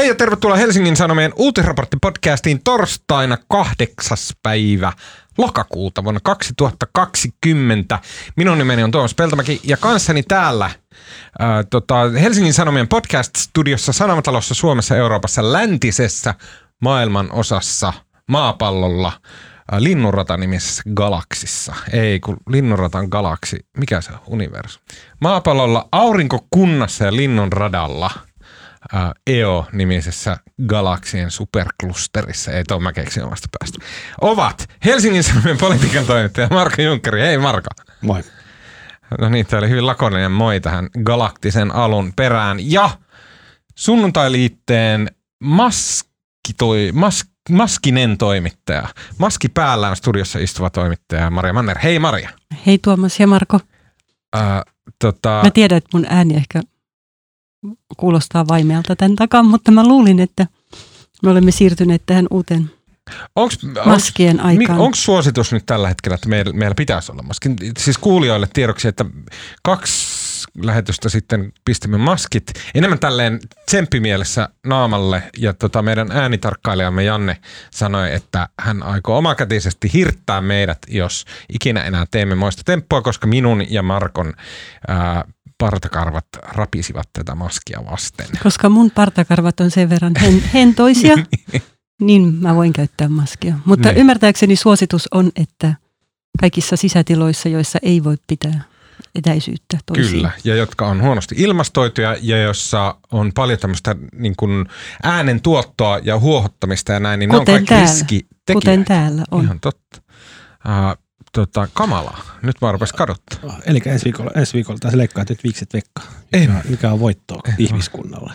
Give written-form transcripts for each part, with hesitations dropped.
Moi ja tervetuloa Helsingin Sanomien uutisraporttipodcastiin torstaina 8. päivä lokakuuta vuonna 2020. Minun nimeni on Tuomas Peltomäki ja kanssani täällä Helsingin Sanomien podcast-studiossa Sanomatalossa Suomessa, Euroopassa, läntisessä maailman osassa maapallolla Linnunrata-nimisessä galaksissa. Ei, kun Linnunrata on galaksi. Mikä se on? Universumi. Maapallolla aurinkokunnassa ja Linnunradalla EO-nimisessä galaksien superklusterissa, ei tuon mä keksin omasta päästä, ovat Helsingin Sanomien politiikan toimittaja Marko Junkkari. Hei Marko. Moi. No niin, tämä oli hyvin lakoninen moi tähän galaktisen alun perään. Ja sunnuntailiitteen maskinen toimittaja, maski päällään studiossa istuva toimittaja Maria Manner. Hei Maria. Hei Tuomas ja Marko. Mä tiedän, että mun ääni ehkä kuulostaa vaimealta tämän takaa, mutta mä luulin, että me olemme siirtyneet tähän uuteen maskien aikaan. Onko suositus nyt tällä hetkellä, että meillä pitäisi olla maski? Siis kuulijoille tiedoksi, että 2 lähetystä sitten pistimme maskit enemmän tälleen tsemppimielessä naamalle, ja meidän äänitarkkailijamme Janne sanoi, että hän aikoo omakätisesti hirttää meidät, jos ikinä enää teemme moista temppua, koska minun ja Markon partakarvat rapisivat tätä maskia vasten. Koska mun partakarvat on sen verran hentoisia, niin mä voin käyttää maskia. Mutta ymmärtääkseni suositus on, että kaikissa sisätiloissa, joissa ei voi pitää etäisyyttä toisiin. Kyllä, ja jotka on huonosti ilmastoituja ja jossa on paljon tämmöistä niin kuin äänen tuottoa ja huohottamista ja näin, niin kuten ne on kaikki riskitekijät. Kuten täällä on. Ihan totta. Kamalaa. Nyt vaan rupesi kaduttaa. Eli ensi viikolla taas leikkaat nyt viikset vekka. Mikä on voittoa ihmiskunnalle?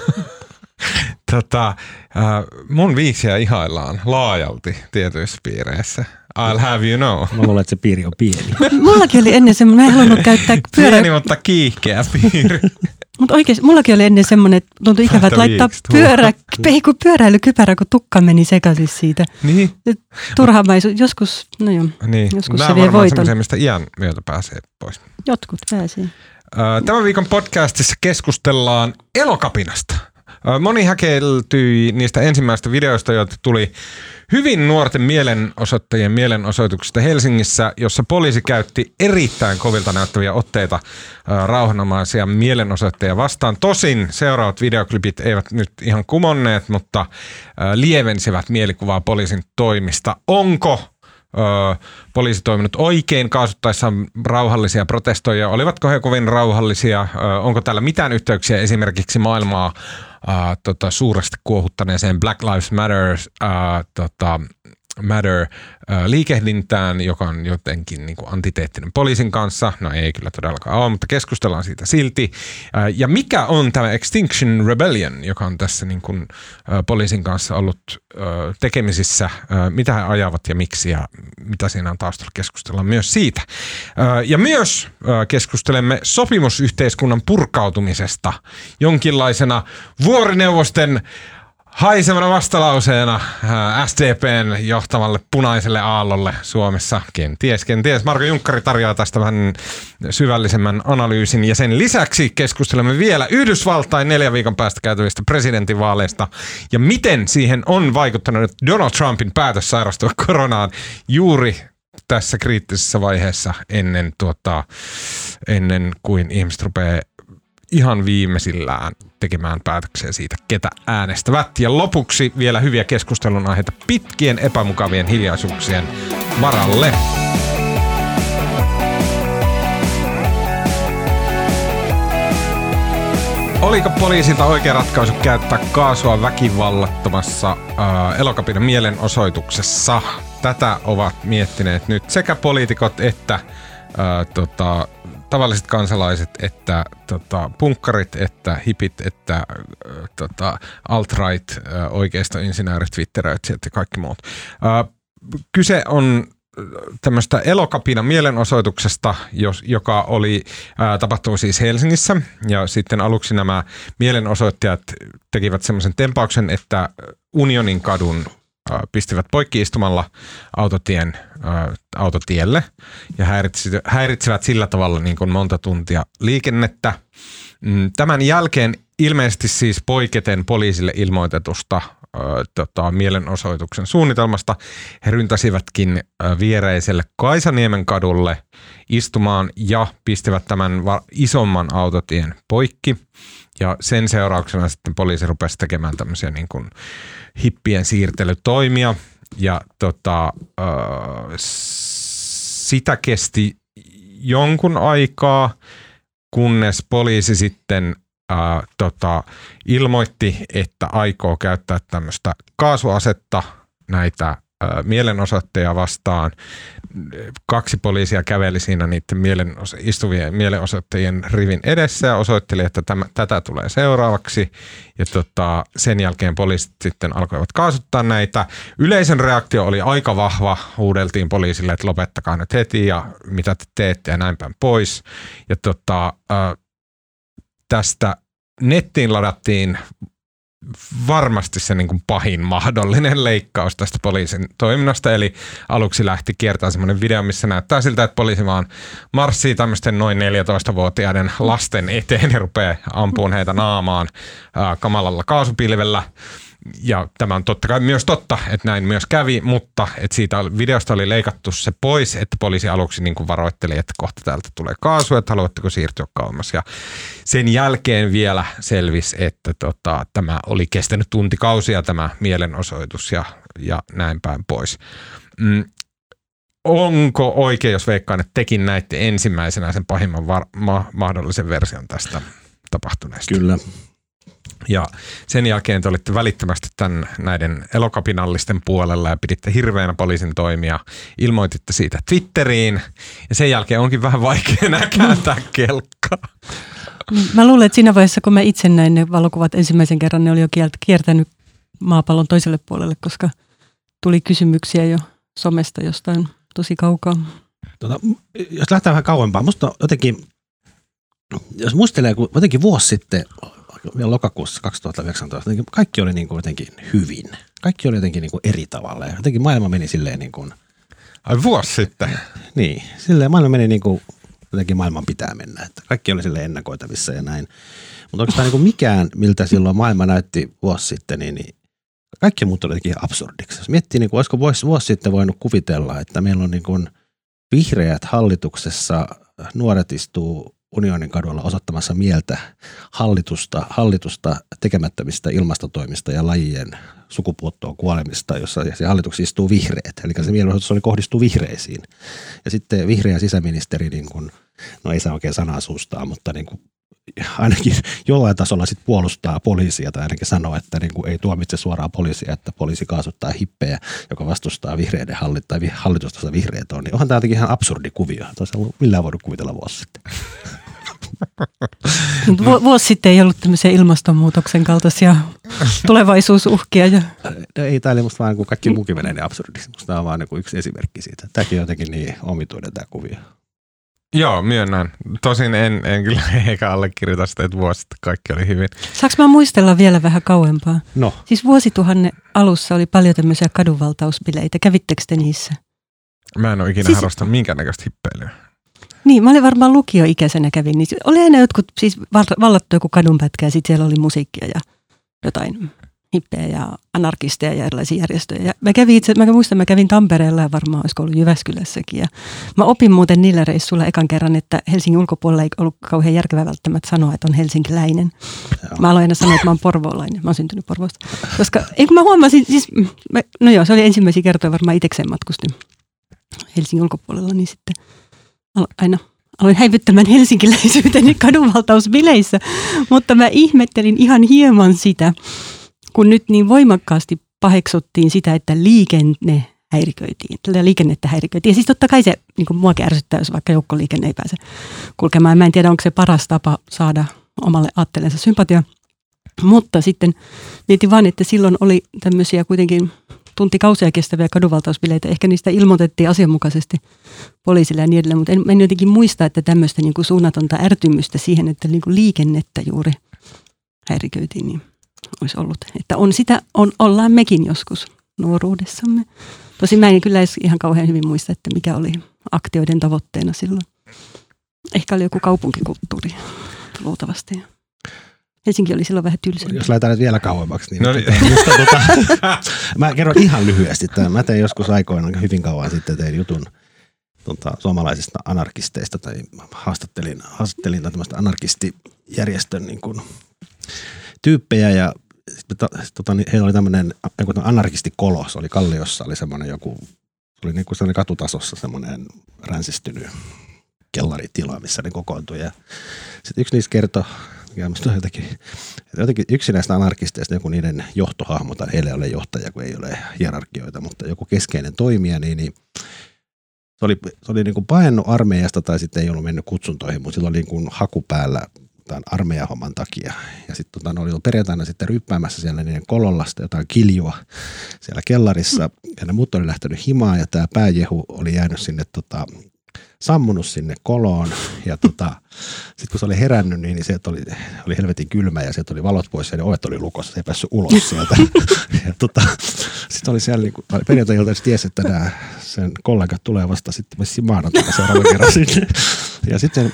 Mun viiksiä ihaillaan laajalti tietyissä piireissä. I'll have you know. Mä luulen, että se piiri on pieni. Mullakin oli ennen semmoinen, mä en halunnut käyttää pieni, mutta kiihkeä piiri. Mutta oikeasti, mullakin oli ennen semmoinen, että tuntui ikävä, että laittaa pyöräilykypärä, kun tukka meni sekaisin siitä. Niin. Turhamaisu, joskus, no joo, niin. Joskus nämä se vie voiton. Nämä on varmaan semmoisia, mistä iän myötä pääsee pois. Jotkut pääsee. Tämän viikon podcastissa keskustellaan Elokapinasta. Moni häkeltyi niistä ensimmäistä videoista, joita tuli hyvin nuorten mielenosoittajien mielenosoituksesta Helsingissä, jossa poliisi käytti erittäin kovilta näyttäviä otteita rauhanomaisia mielenosoittajia vastaan. Tosin seuraavat videoklipit eivät nyt ihan kumonneet, mutta lievensivät mielikuvaa poliisin toimista. Onko poliisi toiminut oikein kaasuttaessaan rauhallisia protestoijia? Olivatko he kovin rauhallisia? Onko täällä mitään yhteyksiä esimerkiksi maailmaa suuresti kuohuttaneeseen Black Lives Matter liikehdintään, joka on jotenkin niin kuin antiteettinen poliisin kanssa. No ei kyllä todellakaan ole, mutta keskustellaan siitä silti. Ja mikä on tämä Extinction Rebellion, joka on tässä niin kuin poliisin kanssa ollut tekemisissä, mitä he ajavat ja miksi ja mitä siinä on taustalla, keskustellaan myös siitä. Ja myös keskustelemme sopimusyhteiskunnan purkautumisesta jonkinlaisena vuorineuvosten haisevana vastalauseena SDP:n johtamalle punaiselle aallolle Suomessa. Kenties. Marko Junkkari tarjoaa tästä vähän syvällisemmän analyysin. Ja sen lisäksi keskustelemme vielä Yhdysvaltain 4 viikon päästä käytävistä presidentinvaaleista. Ja miten siihen on vaikuttanut Donald Trumpin päätös sairastua koronaan juuri tässä kriittisessä vaiheessa ennen kuin ihmiset rupeaa ihan viimeisillään tekemään päätöksiä siitä, ketä äänestävät. Ja lopuksi vielä hyviä keskustelun aiheita pitkien epämukavien hiljaisuuksien varalle. Oliko poliisilta oikea ratkaisu käyttää kaasua väkivallattomassa Elokapinan mielenosoituksessa? Tätä ovat miettineet nyt sekä poliitikot että tavalliset kansalaiset, että punkkarit, että hipit, että alt-right, oikeistoinsinöörit, twitteröitsijät ja kaikki muut. Kyse on tämmöistä Elokapinan mielenosoituksesta, joka oli tapahtunut siis Helsingissä, ja sitten aluksi nämä mielenosoittajat tekivät semmoisen tempauksen, että Unionin kadun pistivät poikki-istumalla autotielle ja häiritsivät sillä tavalla niin kuin monta tuntia liikennettä. Tämän jälkeen ilmeisesti siis poiketen poliisille ilmoitetusta mielenosoituksen suunnitelmasta he ryntäsivätkin viereiselle Kaisaniemen kadulle istumaan ja pistivät tämän isomman autotien poikki. Ja sen seurauksena sitten poliisi rupesi tekemään tämmöisiä niin kuin hippien siirtelytoimia ja sitä kesti jonkun aikaa, kunnes poliisi sitten ilmoitti, että aikoo käyttää tämmöistä kaasuasetta näitä mielenosoittajia vastaan. 2 poliisia käveli siinä niiden istuvien mielenosoittajien rivin edessä ja osoitteli, että tätä tulee seuraavaksi. Ja sen jälkeen poliisit sitten alkoivat kaasuttaa näitä. Yleisen reaktio oli aika vahva. Huudeltiin poliisille, että lopettakaa nyt heti ja mitä te teette ja näin päin pois. Ja tästä nettiin ladattiin varmasti se niin kuin pahin mahdollinen leikkaus tästä poliisin toiminnasta. Eli aluksi lähti kiertämään semmoinen video, missä näyttää siltä, että poliisi vaan marssii tämmöisten noin 14-vuotiaiden lasten eteen ja rupeaa ampuun heitä naamaan kamalalla kaasupilvellä. Ja tämä on totta kai myös totta, että näin myös kävi, mutta että siitä videosta oli leikattu se pois, että poliisi aluksi niin kuin varoitteli, että kohta täältä tulee kaasu, että haluatteko siirtyä kauemmas. Ja sen jälkeen vielä selvisi, että tämä oli kestänyt tuntikausia tämä mielenosoitus ja näin päin pois. Onko oikein, jos veikkaan, että tekin näitte ensimmäisenä sen pahimman mahdollisen version tästä tapahtuneesta? Kyllä. Ja sen jälkeen te olitte välittömästi näiden elokapinallisten puolella ja piditte hirveänä poliisin toimia. Ilmoititte siitä Twitteriin ja sen jälkeen onkin vähän vaikea enää kääntää kelkkaa. Mä luulen, että siinä vaiheessa, kun mä itse näin ne valokuvat ensimmäisen kerran, ne oli jo kiertänyt maapallon toiselle puolelle, koska tuli kysymyksiä jo somesta jostain tosi kaukaa. Jos lähtee vähän kauempaa, musta jotenkin, jos muistelee, kun jotenkin vuosi sitten, lokakuussa 2019, kaikki oli niin kuin jotenkin hyvin. Kaikki oli jotenkin niin kuin eri tavalla ja jotenkin maailma meni silleen niin kuin... Ai vuosi sitten? Niin, silleen maailma meni niin kuin jotenkin maailman pitää mennä. Että kaikki oli silleen ennakoitavissa ja näin. Mutta oikeastaan niin kuin mikään, miltä silloin maailma näytti vuosi sitten, niin kaikki muut oli jotenkin absurdiksi. Jos miettii, niin kuin, olisiko vuosi sitten voinut kuvitella, että meillä on niin kuin vihreät hallituksessa, nuoret istuu Unionin kadulla osoittamassa mieltä hallitusta tekemättömistä ilmastotoimista ja lajien sukupuuttoon kuolemista, jossa se hallituksessa istuu vihreät. Eli se mielenosoitus kohdistuu vihreisiin. Ja sitten vihreä sisäministeri, niin kuin, no ei saa oikein sanaa suustaan, mutta niin kuin ainakin jollain tasolla sit puolustaa poliisia tai ainakin sanoo, että niin kuin ei tuomitse suoraan poliisia, että poliisi kaasuttaa hippejä, joka vastustaa vihreiden hallitusta vihreät on. Niin onhan tämä jotenkin ihan absurdi kuvio. Toisaalta ei millään voinut kuvitella vuosi sitten. Vuosi sitten ei ollut tämmöisiä ilmastonmuutoksen kaltaisia tulevaisuusuhkia. No ei, tämä oli musta vaan, kun kaikki muukin menee niin absurdiksi. Musta tämä on vaan niin yksi esimerkki siitä. Tämäkin on jotenkin niin omituinen tämä kuvio. Joo, myönnän. Tosin en kyllä eikä allekirjoita sitä, että vuosi sitten kaikki oli hyvin. Saanko mä muistella vielä vähän kauempaa? No. Siis vuosituhannen alussa oli paljon tämmöisiä kadunvaltausbileitä. Kävittekö te niissä? Mä en ole ikinä harrastanut minkäännäköistä hippeilyä. Niin, mä olin varmaan lukioikäisenä kävin. Niin oli aina jotkut, siis vallattu joku kadunpätkä ja sitten siellä oli musiikkia ja jotain hippejä ja anarkisteja ja erilaisia järjestöjä. Ja mä kävin Tampereella ja varmaan olisiko ollut Jyväskylässäkin. Ja mä opin muuten niillä reissuilla ekan kerran, että Helsingin ulkopuolella ei ollut kauhean järkevää välttämättä sanoa, että on helsinkiläinen. Mä aloin aina sanoa, että mä oon porvoolainen. Mä oon syntynyt Porvoosta. Koska, kun mä huomasin, siis, se oli ensimmäisiä kertoja varmaan itsekseen matkustin Helsingin ulkopuolella, niin sitten aloin häivyttämään helsinkiläisyyteni kadunvaltausbileissä, mutta mä ihmettelin ihan hieman sitä, kun nyt niin voimakkaasti paheksuttiin sitä, että liikennettä häiriköitiin. Ja siis totta kai se niin kuin muakin ärsyttää, jos vaikka joukkoliikenne ei pääse kulkemaan. Mä en tiedä, onko se paras tapa saada omalle aatteleensa sympatia. Mutta sitten mietin vaan, että silloin oli tämmöisiä kuitenkin tuntikausia kestäviä kadunvaltausbileitä. Ehkä niistä ilmoitettiin asianmukaisesti poliisille ja niin edelleen, mutta en jotenkin muista, että tämmöistä niin kuin suunnatonta ärtymystä siihen, että niin kuin liikennettä juuri häiriköitiin, niin olisi ollut. Että ollaan mekin joskus nuoruudessamme. Tosin mä en kyllä edes ihan kauhean hyvin muista, että mikä oli aktioiden tavoitteena silloin. Ehkä oli joku kaupunkikulttuuri luultavasti. Helsinki oli silloin vähän tylsempi. Jos lähdetään nyt vielä kauemmaksi, niin mä kerron ihan lyhyesti. Mä tein joskus aikoinaan hyvin kauan sitten tein jutun suomalaisista anarkisteista tai haastattelin tämmöistä anarkistijärjestön niin kuin tyyppejä ja heillä oli tämmöinen anarkistikolo, se oli Kalliossa, oli semmoinen joku, se oli niin kuin sellainen katutasossa semmoinen ränsistynyt kellaritila, missä ne kokoontui ja sitten yksi niistä kertoi, jotenkin yksi näistä anarkisteista, joku niiden johtohahmo, tai heillä ei ole johtaja, kun ei ole hierarkioita, mutta joku keskeinen toimija, niin se oli niin kuin paennut armeijasta tai sitten ei ollut mennyt kutsuntoihin, mutta sillä oli niin kuin haku päällä tämän armeijahomman takia. Ja sitten ne oli perjantaina sitten ryppäämässä siellä niiden kololla jotain kiljua siellä kellarissa. Ja ne muut oli lähtenyt himaan ja tämä pääjehu oli jäänyt sinne sammunut sinne koloon ja sitten kun se oli herännyt, niin se oli helvetin kylmä ja sieltä oli valot pois ja ne ovet oli lukossa, se ei päässyt ulos sieltä. Sitten oli siellä niin perjantai-ilta tiesi, että sen kollegat tulee vasta sitten maanantaina seuraavan kerran sinne. Ja sitten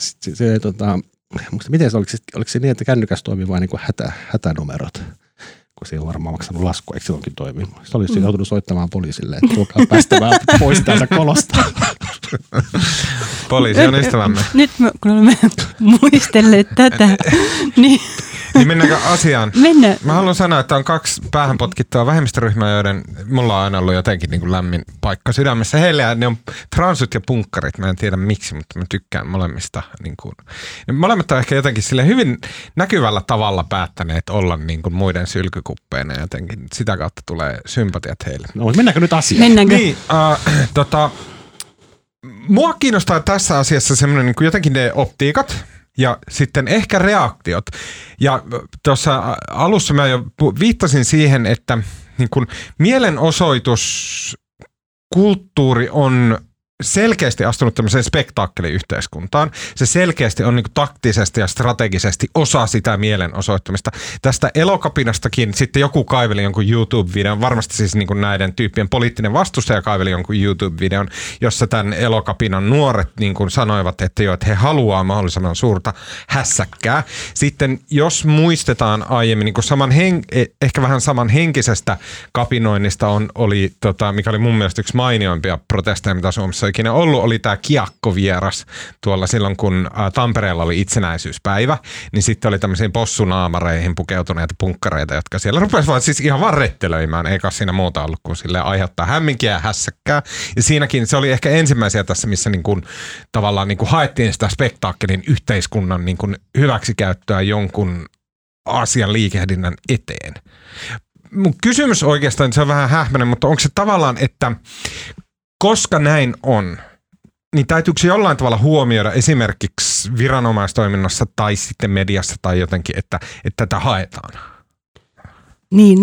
miten se oliko se niin, että kännykäs toimii vain niin hätänumerot? Kun se ei ole varmaan maksanut laskua, eikö silloinkin toimi? Se olisi joutunut soittamaan poliisille, että tulkaa päästämään pois täältä kolosta. Poliisi on ystävämme. Nyt kun olemme muistelleet tätä, niin mennäänkö asiaan? Mennään. Mä haluan sanoa, että on 2 päähän potkittua vähemmistöryhmää, joiden mulla on aina ollut jotenkin niin kuin lämmin paikka sydämessä. Heille ja ne on transut ja punkkarit. Mä en tiedä miksi, mutta mä tykkään molemmista. Niin kuin. Molemmat on ehkä jotenkin sille hyvin näkyvällä tavalla päättäneet olla niin kuin muiden sylkykuppeina. Jotenkin sitä kautta tulee sympatiat heille. No, mennäänkö nyt asiaan? Mennäänkö? Niin, mua kiinnostaa tässä asiassa semmoinen niin kuin jotenkin ne optiikat. Ja sitten ehkä reaktiot. Ja tuossa alussa mä jo viittasin siihen, että niin kun mielenosoituskulttuuri on selkeästi astunut tämmöiseen spektaakkeliyhteiskuntaan. Se selkeästi on niin kuin taktisesti ja strategisesti osa sitä mielenosoittamista. Tästä Elokapinastakin sitten joku kaiveli jonkun YouTube-videon, varmasti siis niin kuin näiden tyyppien poliittinen vastustaja kaiveli jonkun YouTube-videon, jossa tämän Elokapinan nuoret niin kuin sanoivat, että he haluaa mahdollisimman suurta hässäkkää. Sitten jos muistetaan aiemmin niin kuin ehkä vähän samanhenkisestä kapinoinnista oli, mikä oli mun mielestä yksi mainioimpia protesteja, mitä Suomessa ikinä ollut, oli tämä kiakkovieras tuolla silloin, kun Tampereella oli itsenäisyyspäivä, niin sitten oli tämmöisiin possunaamareihin pukeutuneita punkkareita, jotka siellä rupesivat siis ihan vaan rettelöimään, eikä siinä muuta ollut kuin silleen aiheuttaa hämminkiä ja hässäkkää. Ja siinäkin se oli ehkä ensimmäisiä tässä, missä niin kuin, tavallaan niin kuin haettiin sitä spektaakkelin yhteiskunnan niin kuin hyväksikäyttöä jonkun asian liikehdinnän eteen. Mun kysymys oikeastaan, se on vähän hähmäinen, mutta onko se tavallaan, että koska näin on, niin täytyykö se jollain tavalla huomioida esimerkiksi viranomaistoiminnassa tai sitten mediassa tai jotenkin, että tätä haetaan? Niin,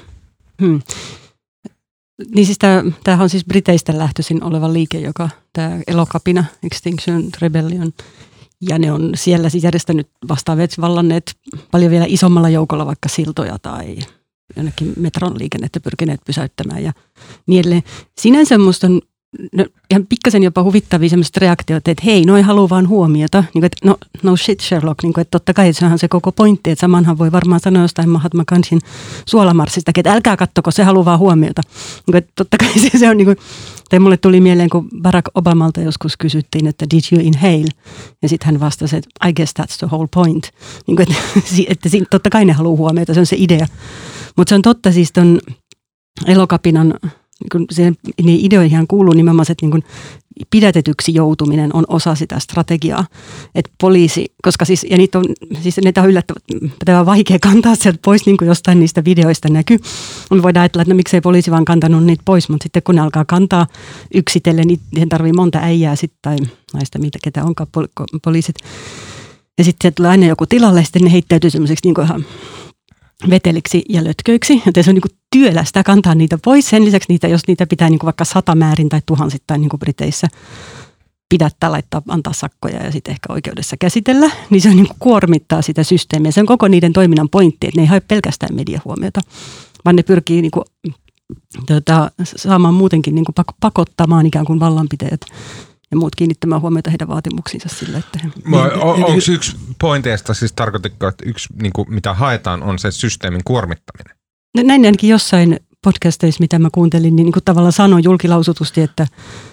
Niin siis tämähän on siis Briteistä lähtöisin oleva liike, joka tämä Elokapina, Extinction Rebellion, ja ne on siellä siis järjestänyt vastaavia, vallanneet paljon vielä isommalla joukolla vaikka siltoja tai jonnekin metron liikennettä pyrkineet pysäyttämään ja niin edelleen. Sinänsä musta on ihan pikkasen jopa huvittavia sellaiset reaktiot, että hei, noi haluaa vaan huomiota. Niin kuin, että no shit Sherlock, niin kuin, että totta kai se onhan se koko pointti, että samanhan voi varmaan sanoa jostain Mahatma Gandhin suolamarssista, että älkää kattoko, se haluaa vaan huomiota. Niin kuin, että totta kai se on niin kuin, tai mulle tuli mieleen, kun Barack Obamalta joskus kysyttiin, että did you inhale? Ja sitten hän vastasi, että I guess that's the whole point. Niin kuin, että totta kai ne haluaa huomiota, se on se idea. Mutta se on totta siis ton Elokapinan, niin siihen ideoihin kuuluu nimenomaan se, että niin pidätetyksi joutuminen on osa sitä strategiaa. Että poliisi, koska siis, ja niitä on yllättävän vaikea kantaa sieltä pois, niin kuin jostain niistä videoista näkyy. Me voidaan ajatella, että no miksei poliisi vaan kantanut niitä pois, mutta sitten kun ne alkaa kantaa yksitellen, niin siihen tarvii monta äijää sitten, tai naista, ketä onkaan poliisit. Ja sitten tulee aina joku tilalle, ja sitten ne heittäytyy semmoiseksi niin kuin ihan veteliksi ja lötköiksi, joten se on niin työlästä kantaa niitä pois. Sen lisäksi niitä, jos niitä pitää niin vaikka 100 määrin tai tuhansittain niin Briteissä pidättää, laittaa, antaa sakkoja ja sitten ehkä oikeudessa käsitellä, niin se on niin kuormittaa sitä systeemiä. Se on koko niiden toiminnan pointti, että ne ei hae pelkästään mediahuomiota, vaan ne pyrkii niin kuin, saamaan muutenkin niin kuin pakottamaan ikään kuin vallanpitäjät ja muut kiinnittämään huomiota heidän vaatimuksiinsa sillä, että onko yksi pointeista, siis tarkoitiko, että yksi niin kuin, mitä haetaan on se systeemin kuormittaminen? No, näin ainakin jossain podcasteissa, mitä mä kuuntelin, niin kuin tavallaan sanoi julkilausutusti, että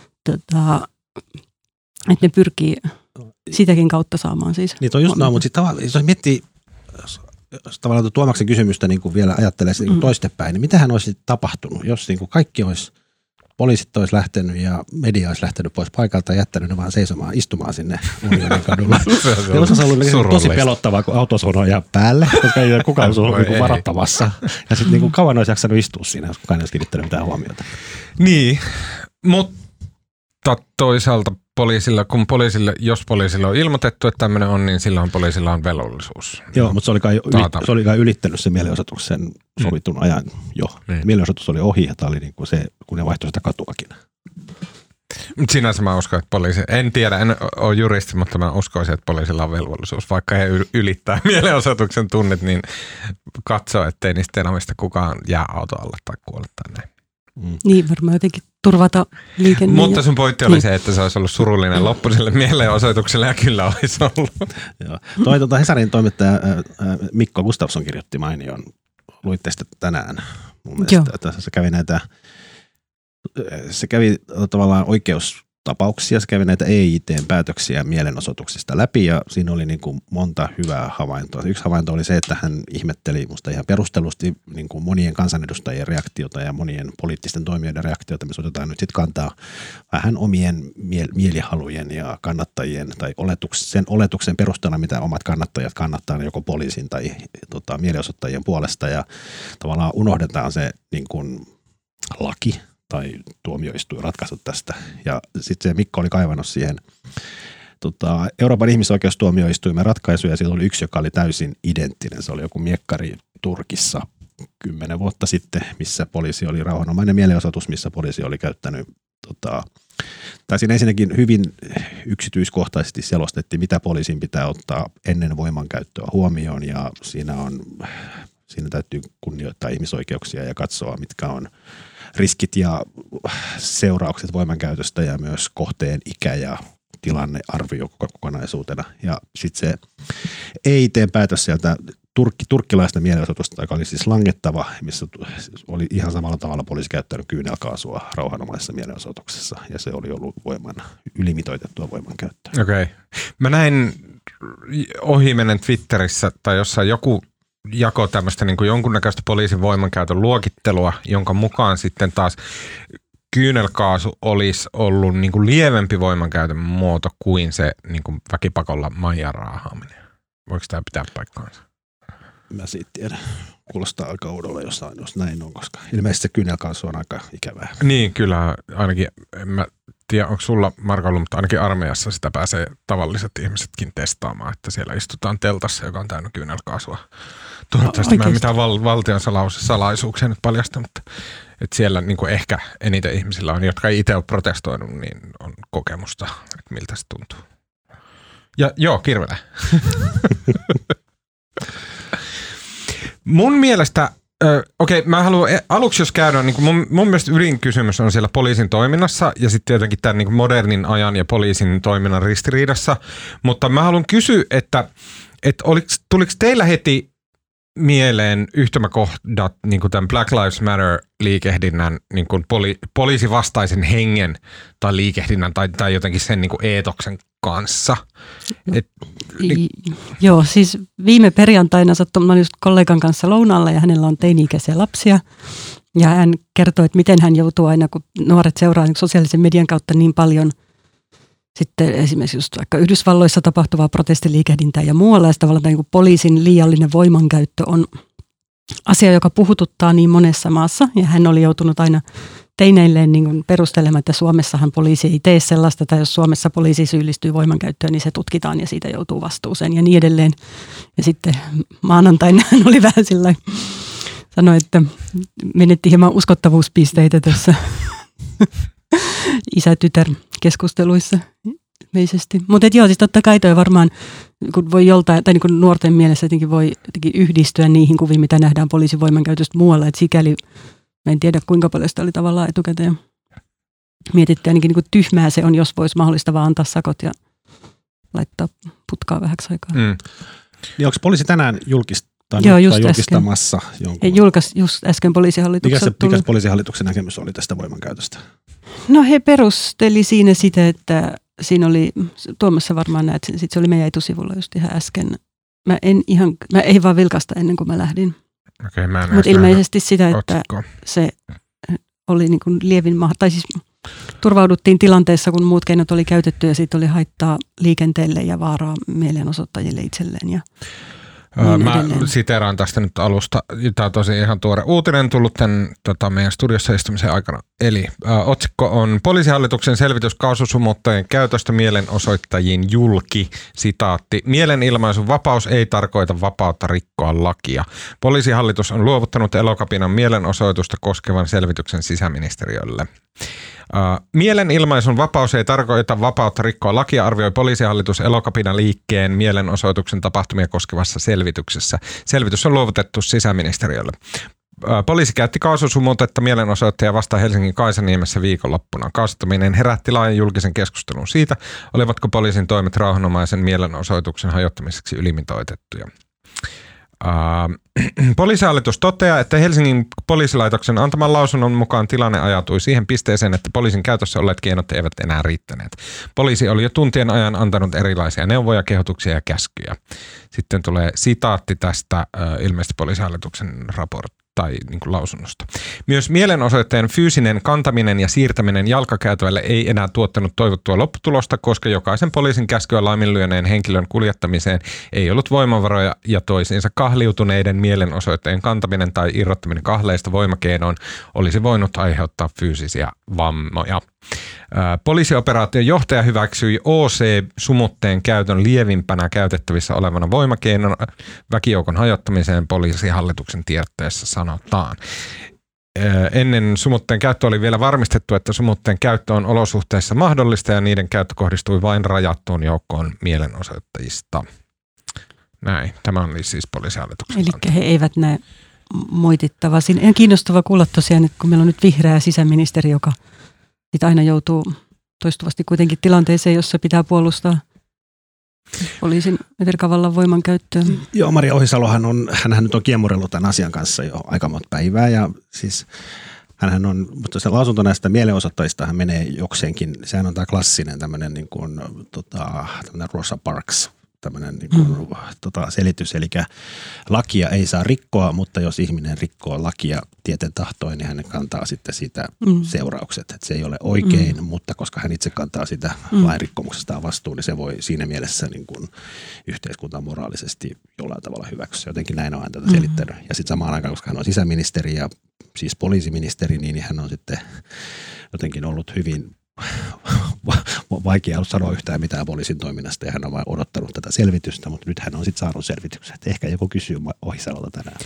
ne pyrkii sitäkin kautta saamaan siis. Niin toi just mutta sitten jos miettii tavallaan Tuomaksen kysymystä niin kuin vielä ajattelee niin toistepäin, niin mitähän olisi tapahtunut, jos niin kuin kaikki olisi, poliisit olisi lähtenyt ja media olisi lähtenyt pois paikalta ja jättänyt ne vaan seisomaan, istumaan sinne Unionin kadulla. Se olisi ollut tosi pelottavaa, kun auto ajaa päälle, koska ei kukaan olisi ollut niin varoittamassa. Ja sitten niin kuin kauan olisi jaksanut istua siinä, jos kukaan ei olisi kiinnittänyt mitään huomiota. Niin, mutta toisaalta jos poliisille on ilmoitettu, että tämmöinen on, niin silloin poliisilla on velvollisuus. Joo, mutta se oli kai ylittänyt sen mielenosoituksen sovitun ajan jo. Mielenosoitus oli ohi ja tämä oli niin kuin se, kun ne vaihtoi sitä katuakin. Sinänsä mä uskon, että poliisi, en tiedä, en ole juristi, mutta mä uskoisin, että poliisilla on velvollisuus. Vaikka he ylittää mielenosoituksen tunnit, niin katsoo, ettei niistä elämistä kukaan jää auto alle tai kuole tai näin. Niin, varmaan jotenkin turvata liikenne. Mutta sun pointti oli se, että se olisi ollut surullinen loppu sille mielenosoitukselle ja kyllä olisi ollut. Joo. Hesarin toimittaja Mikko Gustafsson kirjoitti mainion, luitte sitä tänään mun mielestä, että se kävi tavallaan oikeustapauksia, se kävi näitä EIT-päätöksiä mielenosoituksista läpi ja siinä oli niin kuin monta hyvää havaintoa. Yksi havainto oli se, että hän ihmetteli musta ihan perustellusti niin kuin monien kansanedustajien reaktiota ja monien poliittisten toimijoiden reaktiota, missä otetaan nyt sitten kantaa vähän omien mielihalujen ja kannattajien tai sen oletuksen perusteella, mitä omat kannattajat kannattaa joko poliisin tai mielenosoittajien puolesta ja tavallaan unohdetaan se niin kuin laki tai tuomioistuin ratkaisut tästä. Ja sitten se Mikko oli kaivannut siihen Euroopan ihmisoikeustuomioistuimen ratkaisuja, ja siellä oli yksi, joka oli täysin identtinen. Se oli joku miekkari Turkissa 10 vuotta sitten, missä poliisi oli rauhanomainen mielenosoitus, missä poliisi oli käyttänyt, tai siinä ensinnäkin hyvin yksityiskohtaisesti selostettiin, mitä poliisin pitää ottaa ennen voimankäyttöä huomioon, ja siinä täytyy kunnioittaa ihmisoikeuksia ja katsoa, mitkä on riskit ja seuraukset voimankäytöstä ja myös kohteen ikä ja tilannearvio kokonaisuutena. Ja sitten se EIT-päätös sieltä turkkilaista mielenosoitusta, joka oli siis langettava, missä oli ihan samalla tavalla poliisi käyttänyt kyynelkaasua rauhanomaisessa mielenosoituksessa ja se oli ollut ylimitoitettua voimankäyttöä. Okei. Mä näin ohimennen Twitterissä tai jossain joku jako tämmöistä niin kuin jonkunnäköistä poliisin voimankäytön luokittelua, jonka mukaan sitten taas kyynelkaasu olisi ollut niin kuin lievempi voimankäytön muoto kuin se niin kuin väkipakolla maijan raahaaminen. Voiko tämä pitää paikkaansa? Mä siitä tiedän. Kuulostaa aika oudolle, jos näin on, koska ilmeisesti se kyynelkaasu on aika ikävää. Niin, kyllä ainakin, en mä tiedä, onko sulla Marko ollut, mutta ainakin armeijassa sitä pääsee tavalliset ihmisetkin testaamaan, että siellä istutaan teltassa, joka on täynnä kyynelkaasua. Toivottavasti mä en mitään valtion salaisuuksia nyt paljasta, mutta että siellä niin kuin ehkä eniten ihmisillä on, jotka ei itse ole protestoinut, niin on kokemusta, että miltä se tuntuu. Ja joo, kirvelee. Mun mielestä, mä haluan aluksi jos käydään, niin mun mielestä ydinkysymys on siellä poliisin toiminnassa ja sitten jotenkin tämän niin modernin ajan ja poliisin toiminnan ristiriidassa, mutta mä haluan kysyä, että tuliko teillä heti mieleen yhtymäkohdat niin kuin tämän Black Lives Matter-liikehdinnän niin kuin poliisivastaisen hengen tai liikehdinnän tai jotenkin sen niin kuin eetoksen kanssa? Joo, siis viime perjantaina mä olin just kollegan kanssa lounaalla ja hänellä on teini-ikäisiä lapsia. Ja hän kertoi, että miten hän joutuu aina, kun nuoret seuraa niin sosiaalisen median kautta niin paljon sitten esimerkiksi just vaikka Yhdysvalloissa tapahtuvaa protestiliikehdintää ja muualla. Ja tavallaan niin kuin poliisin liiallinen voimankäyttö on asia, joka puhututtaa niin monessa maassa. Ja hän oli joutunut aina teineilleen niin kuin perustelemaan, että Suomessahan poliisi ei tee sellaista, tai jos Suomessa poliisi syyllistyy voimankäyttöön, niin se tutkitaan ja siitä joutuu vastuuseen ja niin edelleen. Ja sitten maanantaina hän oli vähän sillä sanoi, että menetti hieman uskottavuuspisteitä tässä isä-tytär-keskusteluissa ilmeisesti. Mutta joo, siis totta kai toi varmaan, kun voi joltain, tai niin kuin nuorten mielessä jotenkin voi jotenkin yhdistyä niihin kuviin, mitä nähdään poliisin voimankäytöstä muualla, että sikäli mä en tiedä, kuinka paljon sitä oli tavallaan etukäteen mietitty ainakin niin kuin tyhmää se on, jos voisi mahdollista vaan antaa sakot ja laittaa putkaa vähäksi aikaa. Niin onko poliisi tänään julkistamassa jonkun? Just äsken poliisihallitukselta Mikä poliisihallituksen näkemys oli tästä voimankäytöstä? No he perusteli siinä sitä, että siinä oli, Tuomassa varmaan näet, sitten se oli meidän etusivulla just ihan äsken. Mä ei vaan vilkasta ennen kuin mä lähdin. Okay, mutta ilmeisesti sitä, että se oli niin kuin lievin tai siis turvauduttiin tilanteessa, kun muut keinot oli käytetty ja siitä oli haittaa liikenteelle ja vaaraa mielenosoittajille itselleen. Ja mä siteeraan tästä nyt alusta. Tämä on tosi ihan tuore uutinen tullut tämän meidän studiossa istumisen aikana. Eli otsikko on Poliisihallituksen selvitys kaasusumuttajien käytöstä mielenosoittajiin julki. Sitaatti. Mielenilmaisun vapaus ei tarkoita vapautta rikkoa lakia. Poliisihallitus on luovuttanut Elokapinan mielenosoitusta koskevan selvityksen sisäministeriölle. Mielenilmaisun vapaus ei tarkoita vapautta rikkoa lakia, arvioi Poliisihallitus Elokapinan liikkeen mielenosoituksen tapahtumia koskevassa selvityksessä. Selvitys on luovutettu sisäministeriölle. Poliisi käytti kaasusumutetta mielenosoittajia vastaan Helsingin Kaisaniemessä viikonloppuna. Kaasuttaminen herätti laajan julkisen keskustelun siitä, olivatko poliisin toimet rauhanomaisen mielenosoituksen hajottamiseksi ylimitoitettuja. Poliisihallitus toteaa, että Helsingin poliisilaitoksen antaman lausunnon mukaan tilanne ajautui siihen pisteeseen, että poliisin käytössä olleet keinot eivät enää riittäneet. Poliisi oli jo tuntien ajan antanut erilaisia neuvoja, kehotuksia ja käskyjä. Sitten tulee sitaatti tästä ilmeisesti Poliisihallituksen tai niin kuin lausunnosta. Myös mielenosoitteen fyysinen kantaminen ja siirtäminen jalkakäytävälle ei enää tuottanut toivottua lopputulosta, koska jokaisen poliisin käskyä laiminlyöneen henkilön kuljettamiseen ei ollut voimavaroja ja toisiinsa kahliutuneiden mielenosoitteen kantaminen tai irrottaminen kahleista voimakeinoin olisi voinut aiheuttaa fyysisiä vammoja. Poliisioperaation johtaja hyväksyi OC-sumutteen käytön lievimpänä käytettävissä olevana voimakeinona väkijoukon hajottamiseen Poliisihallituksen tiedotteessa sanotaan. Ennen sumutteen käyttö oli vielä varmistettu, että sumutteen käyttö on olosuhteissa mahdollista ja niiden käyttö kohdistui vain rajattuun joukkoon mielenosoittajista. Näin. Tämä on siis Poliisihallituksen kanta. Eli he eivät näe moitittavaa. Siinä on kiinnostava kuulla tosiaan, että kun meillä on nyt vihreä sisäministeri, joka sitten aina joutuu toistuvasti kuitenkin tilanteeseen, jossa pitää puolustaa poliisin virkavallan voiman käyttöön. Joo, Maria Ohisalohan hänhän nyt on kiemurellut tämän asian kanssa jo aika monta päivää ja siis hänhän on, mutta se lausunto näistä mielenosoittajista hän menee jokseenkin, sehän on tämä klassinen tämmöinen niin kuin Rosa Parks tämmöinen niin kuin, selitys, eli lakia ei saa rikkoa, mutta jos ihminen rikkoo lakia tieten tahtoin, niin hän kantaa sitten siitä seuraukset. Että se ei ole oikein, mutta koska hän itse kantaa sitä lain rikkomuksestaan vastuun, niin se voi siinä mielessä niin kuin yhteiskunta moraalisesti jollain tavalla hyväksyä. Jotenkin näin on hän tätä selittänyt. Ja sitten samaan aikaan, koska hän on sisäministeri ja siis poliisiministeri, niin hän on sitten jotenkin ollut hyvin vaikea ollut sanoa yhtään mitään poliisin toiminnasta ja hän on vain odottanut tätä selvitystä, mutta nyt hän on sitten saanut selvityksen. Ehkä joku kysyy Ohisalolta tänään.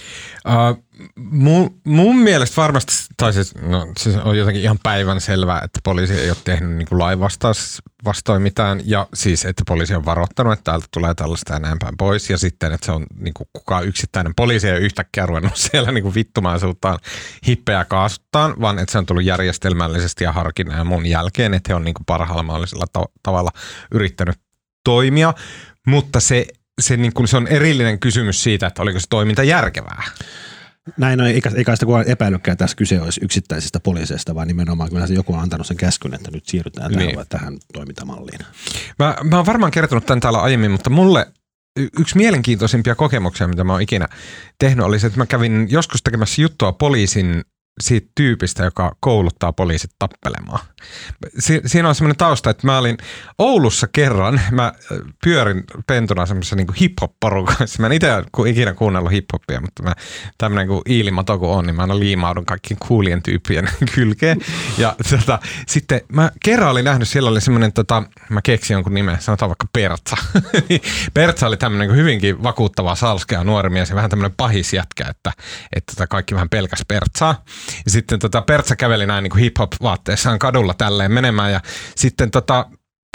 Mun mielestä varmasti, tai siis on jotenkin ihan päivän selvää, että poliisi ei ole tehnyt niin kuin lain vastoin mitään ja siis, että poliisi on varoittanut, että täältä tulee tällaista ja näin päin pois ja sitten, että se on niin kuin kukaan yksittäinen poliisi ei ole yhtäkkiä ruvennut siellä niin kuin vittumaisuuttaan hippeä kaasuttaan, vaan että se on tullut järjestelmällisesti ja harkinnan ja mun jälkeen, että he on niin kuin parhaalla mahdollisella tavalla yrittänyt toimia, mutta se on erillinen kysymys siitä, että oliko se toiminta järkevää. Näin on, eikä sitä kukaan epäilykään tässä kyse olisi yksittäisistä poliiseista, vaan nimenomaan kyllä joku on antanut sen käskyn, että nyt siirrytään tähän toimintamalliin. Mä oon varmaan kertonut tämän täällä aiemmin, mutta mulle yksi mielenkiintoisimpia kokemuksia, mitä mä oon ikinä tehnyt, oli se, että mä kävin joskus tekemässä juttua poliisin siitä tyypistä, joka kouluttaa poliisit tappelemaan. Siinä on semmoinen tausta, että mä olin Oulussa kerran, mä pyörin pentuna semmoisessa niin kuin hip-hop-porukassa. Mä en itse ikinä kuunnellut hip-hopia, mutta tämmöinen kuin Iilimato kun on, niin mä aina liimaudun kaikkien coolien tyyppien kylkeen. Ja sitten mä kerran olin nähnyt, siellä oli semmoinen, mä keksin jonkun nimen, sanotaan vaikka Pertsa. Pertsa oli tämmöinen niin hyvinkin vakuuttava salskea nuori mies ja vähän tämmöinen pahis jätkä, että kaikki vähän pelkäs Pertsaa. Ja sitten Pertsa käveli näin niin kuin hip-hop-vaatteessaan kadulla tälleen menemään ja sitten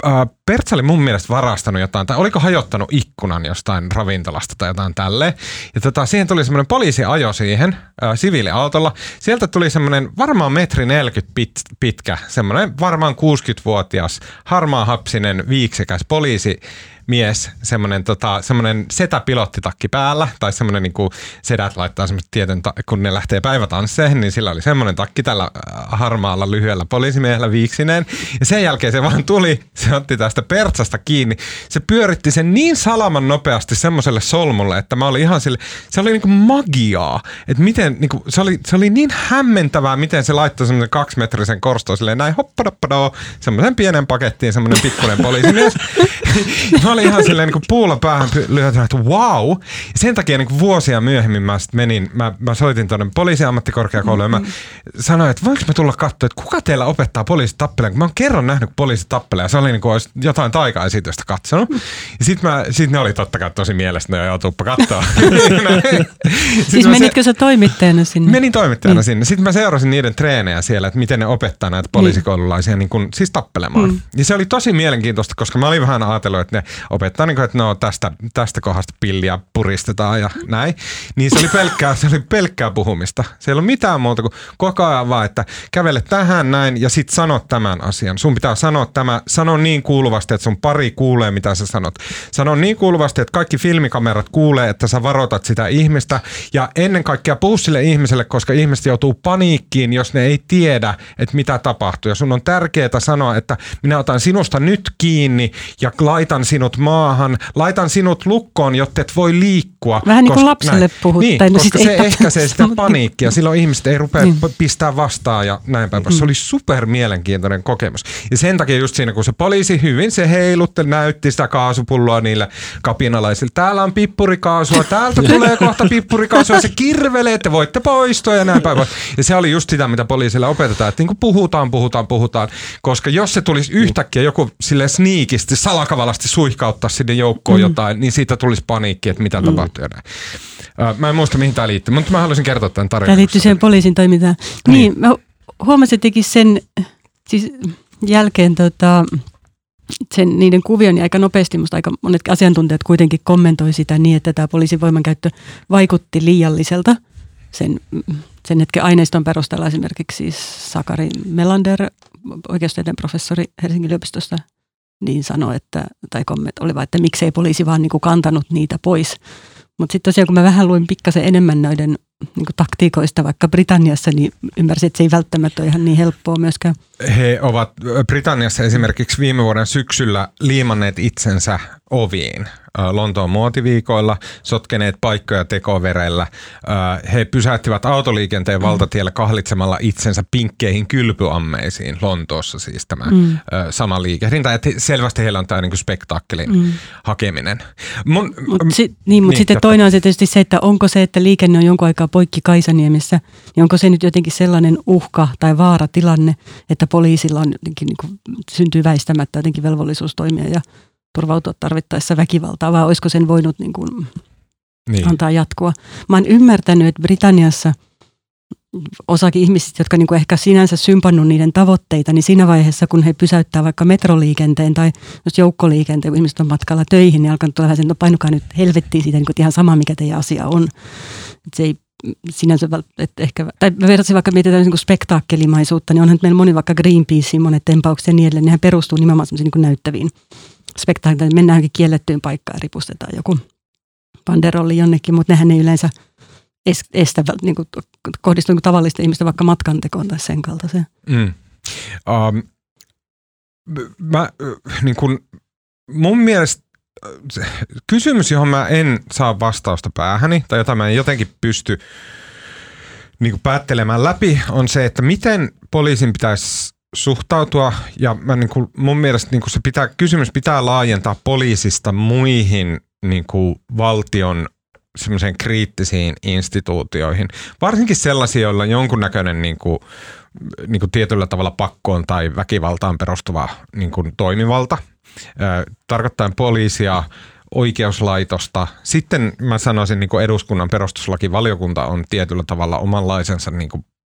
Pertsa oli mun mielestä varastanut jotain, tai oliko hajottanut ikkunan jostain ravintolasta tai jotain tälleen. Ja siihen tuli semmoinen poliisiajo siihen siviiliautolla. Sieltä tuli semmoinen varmaan 1,40 metriä pitkä, semmoinen varmaan 60-vuotias, harmaahapsinen, viiksekäs poliisimies, semmoinen setäpilottitakki päällä, tai semmoinen niin kuin sedät laittaa semmoista tietyn, kun ne lähtee päivätansseihin, niin sillä oli semmoinen takki tällä harmaalla lyhyellä poliisimiehellä viiksineen. Ja sen jälkeen se vaan tuli, se otti tästä Pertsasta kiinni. Se pyöritti sen niin salaman nopeasti semmoiselle solmulle, että mä olin ihan sille, se oli niinku magiaa. Että miten, niinku, se oli niin hämmentävää, miten se laittoi semmoisen 2-metrisen korstoon silleen näin hoppadoppadoo, semmoisen pienen pakettiin semmoinen pikkuinen poliisimies. Mä olin ihan silleen niin puulla päähän lyhätään, että wow. Sen takia niin vuosia myöhemmin mä soitin tuonne poliisiammattikorkeakouluun ja mä sanoin, että voinko mä tulla katsoa, että kuka teillä opettaa poliisit tappelemaan, kun mä oon kerran nähnyt poliisit tappelemaan. Se oli niin kuin olisi jotain taikaesitystä katsonut. Ja sit ne oli totta kai tosi mielestä, joo, tuuppa katsoa. Siis menitkö sä toimittajana sinne? Menin toimittajana sinne. Sitten mä seurasin niiden treenejä siellä, että miten ne opettaa näitä poliisikoululaisia niin kuin, siis tappelemaan. Ja se oli tosi mielenkiintoista, koska mä olin vähän ajatellut, että ne opettaa, niin kuin, että no tästä kohdasta pilliä puristetaan ja näin. Niin se oli pelkkää puhumista. Se ei ollut mitään muuta kuin koko ajan vaan, että kävele tähän näin ja sit sano tämän asian. Sun pitää sano niin kuuluvasti, että sun pari kuulee, mitä sä sanot. Sano niin kuuluvasti, että kaikki filmikamerat kuulee, että sä varoitat sitä ihmistä ja ennen kaikkea puhu sille ihmiselle, koska ihmiset joutuu paniikkiin, jos ne ei tiedä, että mitä tapahtuu. Ja sun on tärkeää sanoa, että minä otan sinusta nyt kiinni ja laitan sinut maahan, laitan sinut lukkoon, jotta et voi liikkua. Vähän niin kuin lapselle puhut. Niin, koska se ehkäisee sitä paniikkia. Silloin ihmiset ei rupea pistää vastaan ja näin päin. Se oli super mielenkiintoinen kokemus. Ja sen takia just siinä, kun se poliisi hyvin se heilutteli, näytti sitä kaasupulloa niille kapinalaisille. Täällä on pippurikaasua, täältä tulee kohta pippurikaasua. Se kirvelee, että voitte poistua ja näin päin. Ja se oli just sitä, mitä poliisille opetetaan, että niin kuin puhutaan. Koska jos se tulisi yhtäkkiä joku silleen sniikisti, salakavalasti suihkauttaa sinne joukkoon jotain, niin siitä tulisi paniikki, että mitä tapahtuu ja näin. Mä en muista, mihin tämä liittyy, mutta mä haluaisin kertoa tämän tarinan. Tämä liittyy siihen poliisin toimintaan. Niin, mä huomasin teki sen siis jälkeen sen niiden kuvion ja aika nopeasti, musta aika monet asiantuntijat kuitenkin kommentoi sitä niin, että tämä poliisin voimankäyttö vaikutti liialliselta. Sen hetken aineiston perusteella esimerkiksi siis Sakari Melander, oikeustieteen professori Helsingin yliopistosta, niin sanoi, tai kommentti oli vaan, että miksei poliisi vaan niin kuin kantanut niitä pois. Mutta sitten tosiaan, kun mä vähän luin pikkasen enemmän noiden niin kuin taktiikoista vaikka Britanniassa, niin ymmärsin, että se ei välttämättä ole ihan niin helppoa myöskään. He ovat Britanniassa esimerkiksi viime vuoden syksyllä liimanneet itsensä oviin Lontoon muotiviikoilla, sotkeneet paikkoja tekovereillä. He pysäyttivät autoliikenteen valtatiellä kahlitsemalla itsensä pinkkeihin kylpyammeisiin Lontoossa, siis tämä sama liikehdintä. Että selvästi heillä on tämä niin kuin spektaakkelin hakeminen. Mutta sitten toinen on tietysti se, että onko se, että liikenne on jonkun aikaa poikki Kaisaniemessä, niin onko se nyt jotenkin sellainen uhka tai vaaratilanne, että poliisilla on jotenkin niin kuin syntyy väistämättä jotenkin velvollisuus toimia ja turvautua tarvittaessa väkivaltaa, vai olisiko sen voinut niin kuin antaa jatkua. Mä oon ymmärtänyt, että Britanniassa osakin ihmisistä, jotka niin kuin ehkä sinänsä sympannut niiden tavoitteita, niin siinä vaiheessa, kun he pysäyttää vaikka metroliikenteen tai jos joukkoliikenteen, kun ihmiset on matkalla töihin, niin alkaa tulla vähän sen, no painukaa nyt helvettiin siitä, niin kuin ihan sama, mikä teidän asia on. Se ei sinänsä, että ehkä, tai verrattuna vaikka mietitään niin kuin spektaakkelimaisuutta, niin onhan meillä moni vaikka Greenpeacein monet tempaukset ja niin edelleen, nehän perustuu nimenomaan semmoisiin niin kuin näyttäviin spektaakkeliin. Mennään johonkin kiellettyyn paikkaan ja ripustetaan joku banderolli jonnekin, mutta nehän ei yleensä estä, niin kuin, kohdistuu niin kuin tavallisten ihmisten vaikka matkantekoon tai sen kaltaiseen. Niin kuin, mun mielestä kysymys, johon mä en saa vastausta päähäni tai jota mä en jotenkin pysty niin kuin päättelemään läpi, on se, että miten poliisin pitäisi suhtautua ja niin kuin, mun mielestä niin kuin kysymys pitää laajentaa poliisista muihin niin kuin valtion semmoiseen kriittisiin instituutioihin. Varsinkin sellaisia, joilla on jonkunnäköinen niin kuin tietyllä tavalla pakkoon tai väkivaltaan perustuva niin kuin toimivalta. Tarkoittaen poliisia, oikeuslaitosta. Sitten mä sanoisin, niin kuin eduskunnan perustuslakivaliokunta on tietyllä tavalla omanlaisensa niin kuin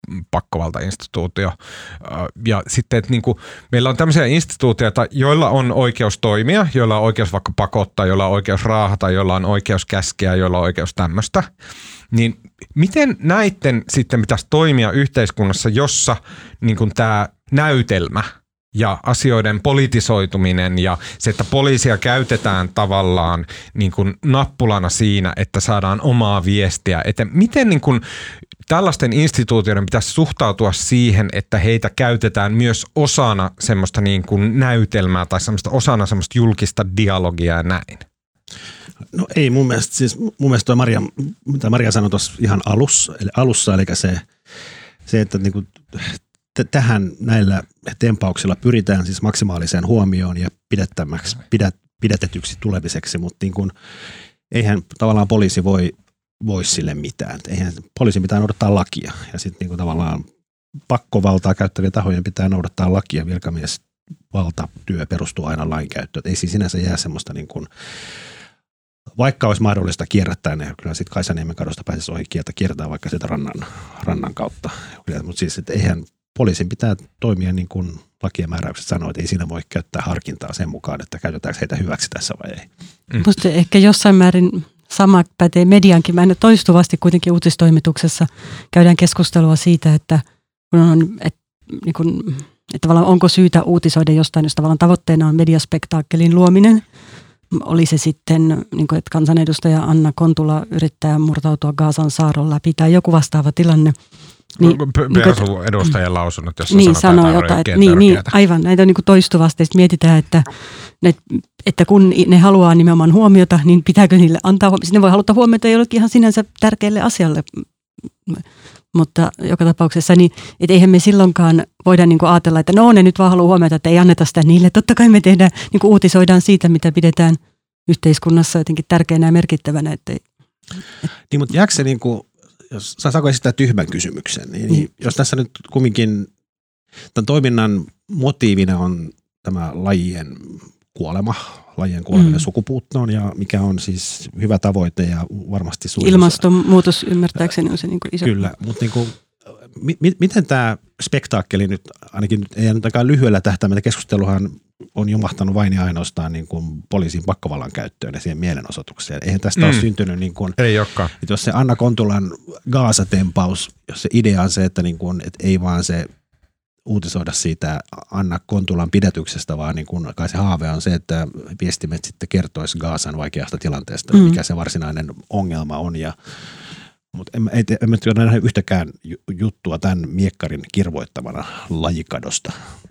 pakkovaltainstituutio. Ja sitten, että niin kuin, meillä on tämmöisiä instituutioita, joilla on oikeus toimia, joilla on oikeus vaikka pakottaa, joilla on oikeus raahata, joilla on oikeus käskeä, joilla on oikeus tämmöistä. Niin miten näitten sitten pitäisi toimia yhteiskunnassa, jossa niin kuin tämä näytelmä ja asioiden politisoituminen ja se, että poliisia käytetään tavallaan niin kuin nappulana siinä, että saadaan omaa viestiä. Että miten niin kuin tällaisten instituutioiden pitäisi suhtautua siihen, että heitä käytetään myös osana semmoista niin kuin näytelmää tai osana semmoista julkista dialogia ja näin? No ei mun mielestä toi mitä Maria sanoi tuossa ihan alussa, eli se että niinku tähän näillä tempauksilla pyritään siis maksimaaliseen huomioon ja pidätetyksi tulemiseksi, mutta niin kuin, eihän tavallaan poliisi voi sille mitään. Eihän poliisin pitää noudattaa lakia ja sitten niin kuin tavallaan pakkovaltaa käyttävien tahojen pitää noudattaa lakia. Virkamiesvaltatyö perustuu aina lainkäyttöön. Ei siis sinänsä jää semmoista niin kuin, vaikka olisi mahdollista kierrättää ne, kyllä sitten Kaisaniemen kadusta pääsisi ohi kiertää vaikka sieltä rannan kautta. Mutta siis, että eihän poliisin pitää toimia niin kuin lakien määräykset sanoo, että ei siinä voi käyttää harkintaa sen mukaan, että käytetäänkö heitä hyväksi tässä vai ei. Musta ehkä jossain määrin sama pätee mediankin. Mä en toistuvasti kuitenkin uutistoimituksessa käydään keskustelua siitä, että tavallaan onko syytä uutisoida jostain, jos tavallaan tavoitteena on mediaspektaakkelin luominen. Oli se sitten, niin kuin, että kansanedustaja Anna Kontula yrittää murtautua Gazan saarron läpi tai joku vastaava tilanne. Niin, edustajan lausunnot, jos niin, sanoo jotain, niin, aivan, näitä on niin kuin toistuvasti. Sitten mietitään, että kun ne haluaa nimenomaan huomiota, niin pitääkö niille antaa huomiota. Sitten ne voi haluta huomiota jollekin ihan sinänsä tärkeälle asialle. Mutta joka tapauksessa, niin et eihän me silloinkaan voida niin kuin ajatella, että no ne nyt vaan haluaa huomiota, että ei anneta sitä niille. Totta kai me tehdään, niin kuin uutisoidaan siitä, mitä pidetään yhteiskunnassa jotenkin tärkeänä ja merkittävänä. Niin, mutta jääkö se niin kuin, jos saako esittää tyhmän kysymyksen, niin jos tässä nyt kumminkin tämän toiminnan motiivina on tämä lajien kuoleminen sukupuuttoon ja mikä on siis hyvä tavoite ja varmasti ilmastonmuutos ymmärtääkseni on se niin kuin iso. Kyllä, mutta niin kuin, miten tämä spektaakkeli nyt, ainakin nyt, ei ainakaan lyhyellä tähtäimellä keskusteluhan on jumahtanut vain ja ainoastaan niin kuin poliisin pakkovallan käyttöön ja siihen mielenosoitukseen. Eihän tästä ole syntynyt, niin kuin, ei olekaan. Että jos se Anna Kontulan Gaza-tempaus, jos se idea on se, että, niin kuin, että ei vaan se uutisoida siitä Anna Kontulan pidätyksestä, vaan niin kuin kai se haave on se, että viestimet sitten kertoisi Gazan vaikeasta tilanteesta, mikä se varsinainen ongelma on. Mutta en nähdä yhtäkään juttua tämän miekkarin kirvoittamana lajikadosta.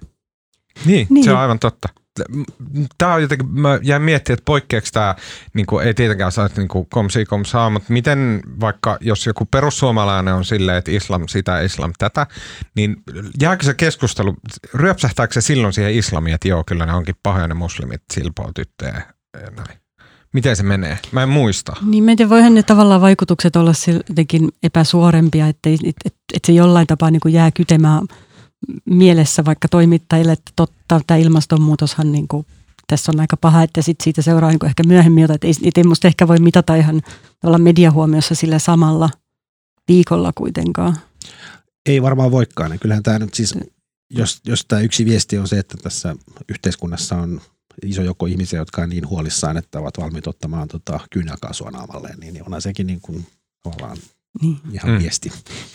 Niin, se on aivan totta. Tämä on jotenkin, mä jäin miettimään, että poikkeeksi tämä, niin kuin, ei tietenkään saa, että niin kom saa, mutta miten vaikka, jos joku perussuomalainen on silleen, että islam sitä, islam tätä, niin jääkö se keskustelu, ryöpsähtääkö se silloin siihen islamiin, että joo, kyllä ne onkin pahoja ne muslimit, silpoo tyttöjä ja näin. Miten se menee? Mä en muista. Niin, miten voihan ne tavallaan vaikutukset olla jotenkin epäsuorempia, että se jollain tapaa niin kuin jää kytemään mielessä vaikka toimittajille, että totta, tämä ilmastonmuutoshan niin kuin, tässä on aika paha, että siitä seuraa niin kuin ehkä myöhemmin jotain, että ei musta ehkä voi mitata ihan mediahuomiossa sillä samalla viikolla kuitenkaan. Ei varmaan voikaan. Ja kyllähän tämä nyt siis, jos tämä yksi viesti on se, että tässä yhteiskunnassa on iso joukko ihmisiä, jotka on niin huolissaan, että ovat valmiit ottamaan kyynelkaasua naamalleen, niin onhan sekin niin kuin tavallaan ihan viesti.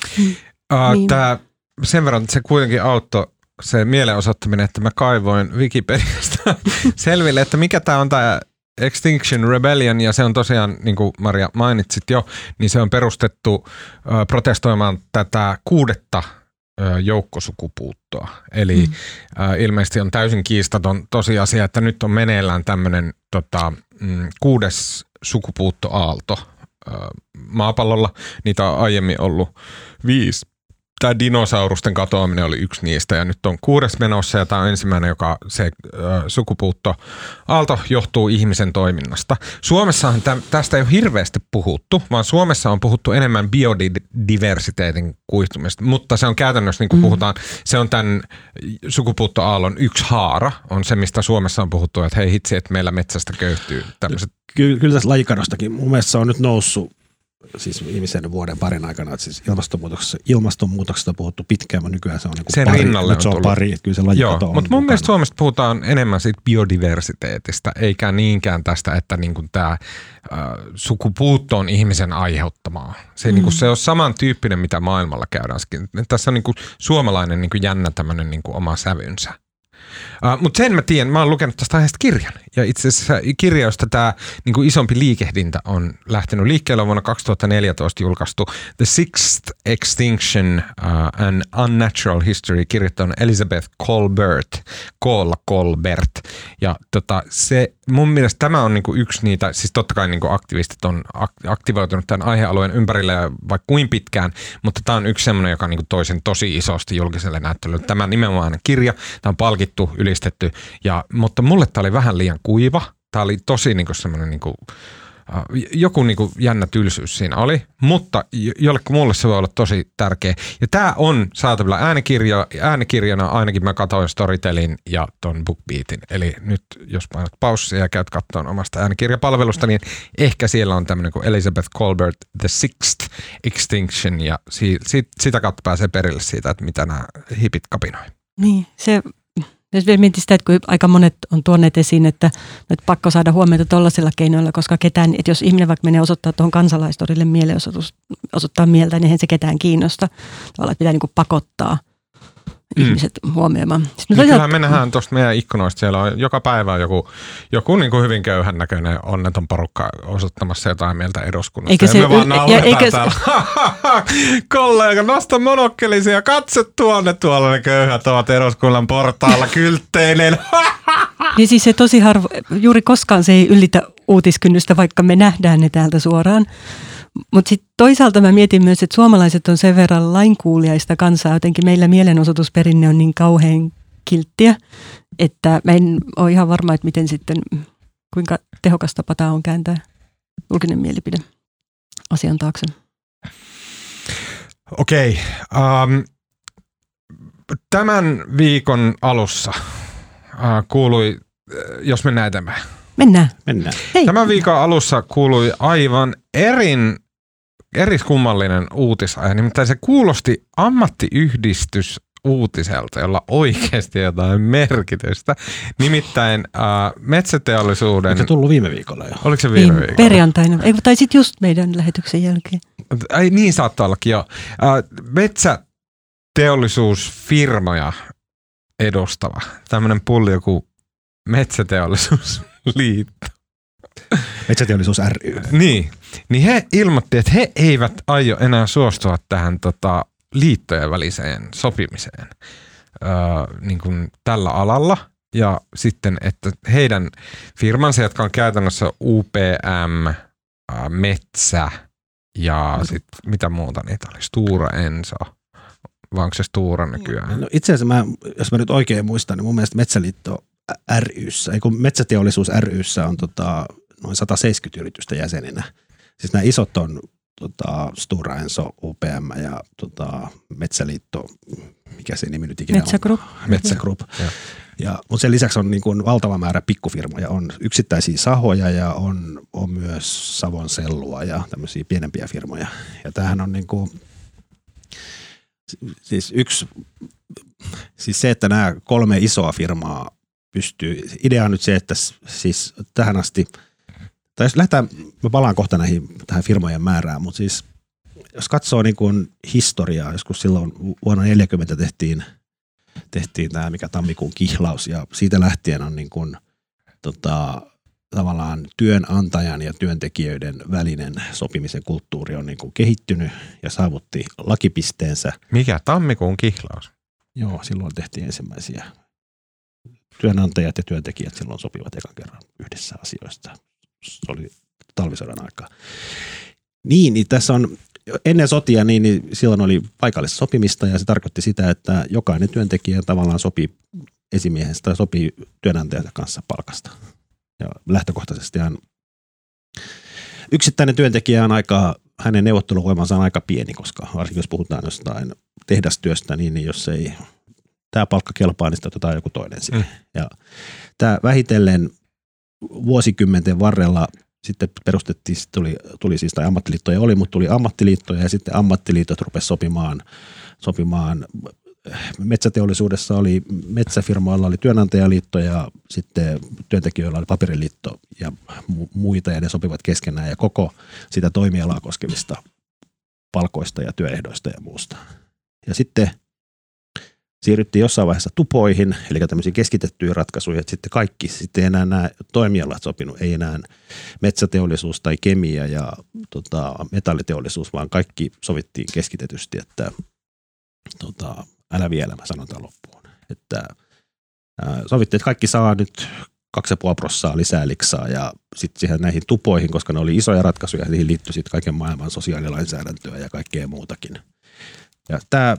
Tämä sen verran, että se kuitenkin auttoi se mielenosoittaminen, että mä kaivoin Wikipediasta selville, että mikä tämä on tämä Extinction Rebellion, ja se on tosiaan, niin kuin Maria mainitsit jo, niin se on perustettu protestoimaan tätä 6. joukkosukupuuttoa. Eli ilmeisesti on täysin kiistaton tosiasia, että nyt on meneillään tämmöinen 6. sukupuuttoaalto maapallolla. Niitä on aiemmin ollut 5. Tämä dinosaurusten katoaminen oli yksi niistä ja nyt on 6. menossa ja tämä on ensimmäinen, joka se sukupuuttoaalto johtuu ihmisen toiminnasta. Suomessahan tästä ei ole hirveästi puhuttu, vaan Suomessa on puhuttu enemmän biodiversiteetin kuihtumista, mutta se on käytännössä, niin kuin puhutaan, se on tämän sukupuuttoaallon yksi haara, on se, mistä Suomessa on puhuttu, että hei hitsi, että meillä metsästä köyhtyy tämmöiset. Kyllä tässä lajikadostakin mun mielestä se on nyt noussut siis viimeisen vuoden parin aikana, että siis ilmastonmuutoksesta on puhuttu pitkään, mutta nykyään se on sen pari, rinnalle nyt se on pari, että kyllä se lajikato on. Mutta mun mielestä Suomesta puhutaan enemmän siitä biodiversiteetistä, eikä niinkään tästä, että niinku tämä sukupuutto on ihmisen aiheuttamaa. Se, niinku, se on samantyyppinen, mitä maailmalla käydään. Tässä on niinku suomalainen niinku jännä tämmöinen niinku oma sävynsä. Mutta sen mä tiedän, mä oon lukenut tästä aiheesta kirjan. Ja itse asiassa kirjoista tämä niinku isompi liikehdintä on lähtenyt liikkeelle vuonna 2014 julkaistu The Sixth Extinction and Unnatural History -kirjoittaja Elizabeth Kolbert. Ja se, mun mielestä tämä on niinku yksi niitä, siis totta kai niinku aktivistit on aktivoitunut tämän aihealueen ympärille vaikka kuin pitkään, mutta tämä on yksi semmoinen, joka niinku toisen tosi isosti julkiselle näyttelylle. Tämä nimenomaan kirja, tämä on palkittu, ylistetty, mutta mulle tämä oli vähän liian kuiva. Tämä oli tosi niinku semmoinen, niinku, joku niinku jännä tylsyys siinä oli, mutta jollekin mulle se voi olla tosi tärkeä. Ja tämä on saatavilla äänikirjana, ainakin mä katsoin Storytelin ja ton BookBeatin. Eli nyt jos painat paussia ja käyt katsomaan omasta äänikirjapalvelusta, niin ehkä siellä on tämmöinen kuin Elizabeth Kolbert The Sixth Extinction, ja sitä kautta pääsee perille siitä, että mitä nämä hipit kapinoi. Niin, jos vielä mietin sitä, että kun aika monet on tuoneet esiin, että nyt pakko saada huomiota tuollaisilla keinoilla, koska ketään, että jos ihminen vaikka menee osoittaa tuohon Kansalaistorille osoittaa mieltä, niin eihän se ketään kiinnosta. Tavallaan pitää niin kuin pakottaa ihmiset huomioimaan. Kyllähän me nähdään tuosta meidän ikkunoista, siellä on joka päivä joku niin kuin hyvin köyhän näköinen onneton porukka osoittamassa jotain mieltä eduskunnasta. Eikä me vaan nauretaan täällä. Kollega, nosta monokkelisia ja katso tuolla ne köyhät ovat eduskunnan portaalla kyltteinen. Niin siis se tosi juuri koskaan se ei ylitä uutiskynnystä, vaikka me nähdään ne täältä suoraan. Mutta sitten toisaalta mä mietin myös, että suomalaiset on sen verran lainkuuliaista kansaa, jotenkin meillä mielenosoitusperinne on niin kauhean kilttiä, että mä en ole ihan varma, että miten sitten, kuinka tehokas tapa tämä on kääntää julkinen mielipide asian taakse. Okei. Tämän viikon alussa kuului, jos mennään eteenpäin. Mennään. Hei. Tämän viikon alussa kuului aivan eriskummallinen uutisaihe. Nimittäin se kuulosti ammattiyhdistysuutiselta, jolla oikeasti jotain merkitystä. Nimittäin metsäteollisuuden... Eikö se tullut viime viikolla jo? Oliko se viime viikolla? Perjantaina. Tai sitten just meidän lähetyksen jälkeen. Ai niin saattaa ollakin jo. Metsäteollisuusfirmoja edustava. Tämmöinen pulli joku Metsäteollisuusliitto. Metsäteollisuus ry. Niin he ilmoitti, että he eivät aio enää suostua tähän liittojen väliseen sopimiseen niin kuin tällä alalla. Ja sitten, että heidän firmansa, jotka on käytännössä UPM, Metsä ja sitten mitä muuta niitä oli, Stora Enso. Vai onko se Stora nykyään? No itse asiassa, jos mä nyt oikein muistan, niin mun mielestä Metsäliitto ry:ssä, Metsäteollisuus ry:ssä on noin 170 yritystä jäseninä. Siis nämä isot on Stora Enso, UPM ja Metsäliitto, mikä se nimi nyt ikinä Metsägroup. on? Metsägroup. Mutta sen lisäksi on niin kuin valtava määrä pikkufirmoja. On yksittäisiä sahoja ja on myös Savon Sellua ja tämmöisiä pienempiä firmoja. Ja tämähän on niin kuin, siis se, että nämä 3 isoa firmaa pystyy. Idea on nyt se, että siis tähän asti, tai jos mä palaan kohta tähän firmojen määrään, mutta siis jos katsoo niin kuin historiaa, joskus silloin vuonna 1940 tehtiin tämä mikä tammikuun kihlaus, ja siitä lähtien on niin kuin, tavallaan työnantajan ja työntekijöiden välinen sopimisen kulttuuri on niin kuin kehittynyt ja saavutti lakipisteensä. Mikä tammikuun kihlaus? Joo, silloin tehtiin ensimmäisiä. Työnantajat ja työntekijät silloin sopivat ekan kerran yhdessä asioista. Se oli talvisodan aikaa. Niin tässä on ennen sotia, niin silloin oli paikallista sopimista ja se tarkoitti sitä, että jokainen työntekijä tavallaan sopii esimiehestä tai sopii työnantajansa kanssa palkasta. Ja lähtökohtaisesti yksittäinen työntekijä on hänen neuvotteluvoimansa on aika pieni, koska varsinkin jos puhutaan jostain tehdastyöstä, niin jos ei tämä palkka kelpaa, niin sitä otetaan joku toinen siihen. Ja tämä vähitellen vuosikymmenten varrella sitten perustettiin, tuli siis, tai ammattiliittoja oli, mutta tuli ammattiliittoja ja sitten ammattiliitot rupesi sopimaan. Metsäteollisuudessa oli, metsäfirmoilla oli työnantajaliitto ja sitten työntekijöillä oli paperiliitto ja muita ja ne sopivat keskenään ja koko sitä toimialaa koskevista palkoista ja työehdoista ja muusta. Ja sitten siirryttiin jossain vaiheessa tupoihin, eli tämmöisiin keskitettyihin ratkaisuihin, että sitten kaikki, sitten enää nämä toimialat sopinut, ei enää metsäteollisuus tai kemia ja metalliteollisuus, vaan kaikki sovittiin keskitetysti, että älä vielä, mä sanon tämän loppuun. Että sovittiin, että kaikki saa nyt 2,5% lisää liksaa ja sitten siihen näihin tupoihin, koska ne oli isoja ratkaisuja, niihin liittyi sitten kaiken maailman sosiaalilainsäädäntöä ja kaikkea muutakin. Ja tämä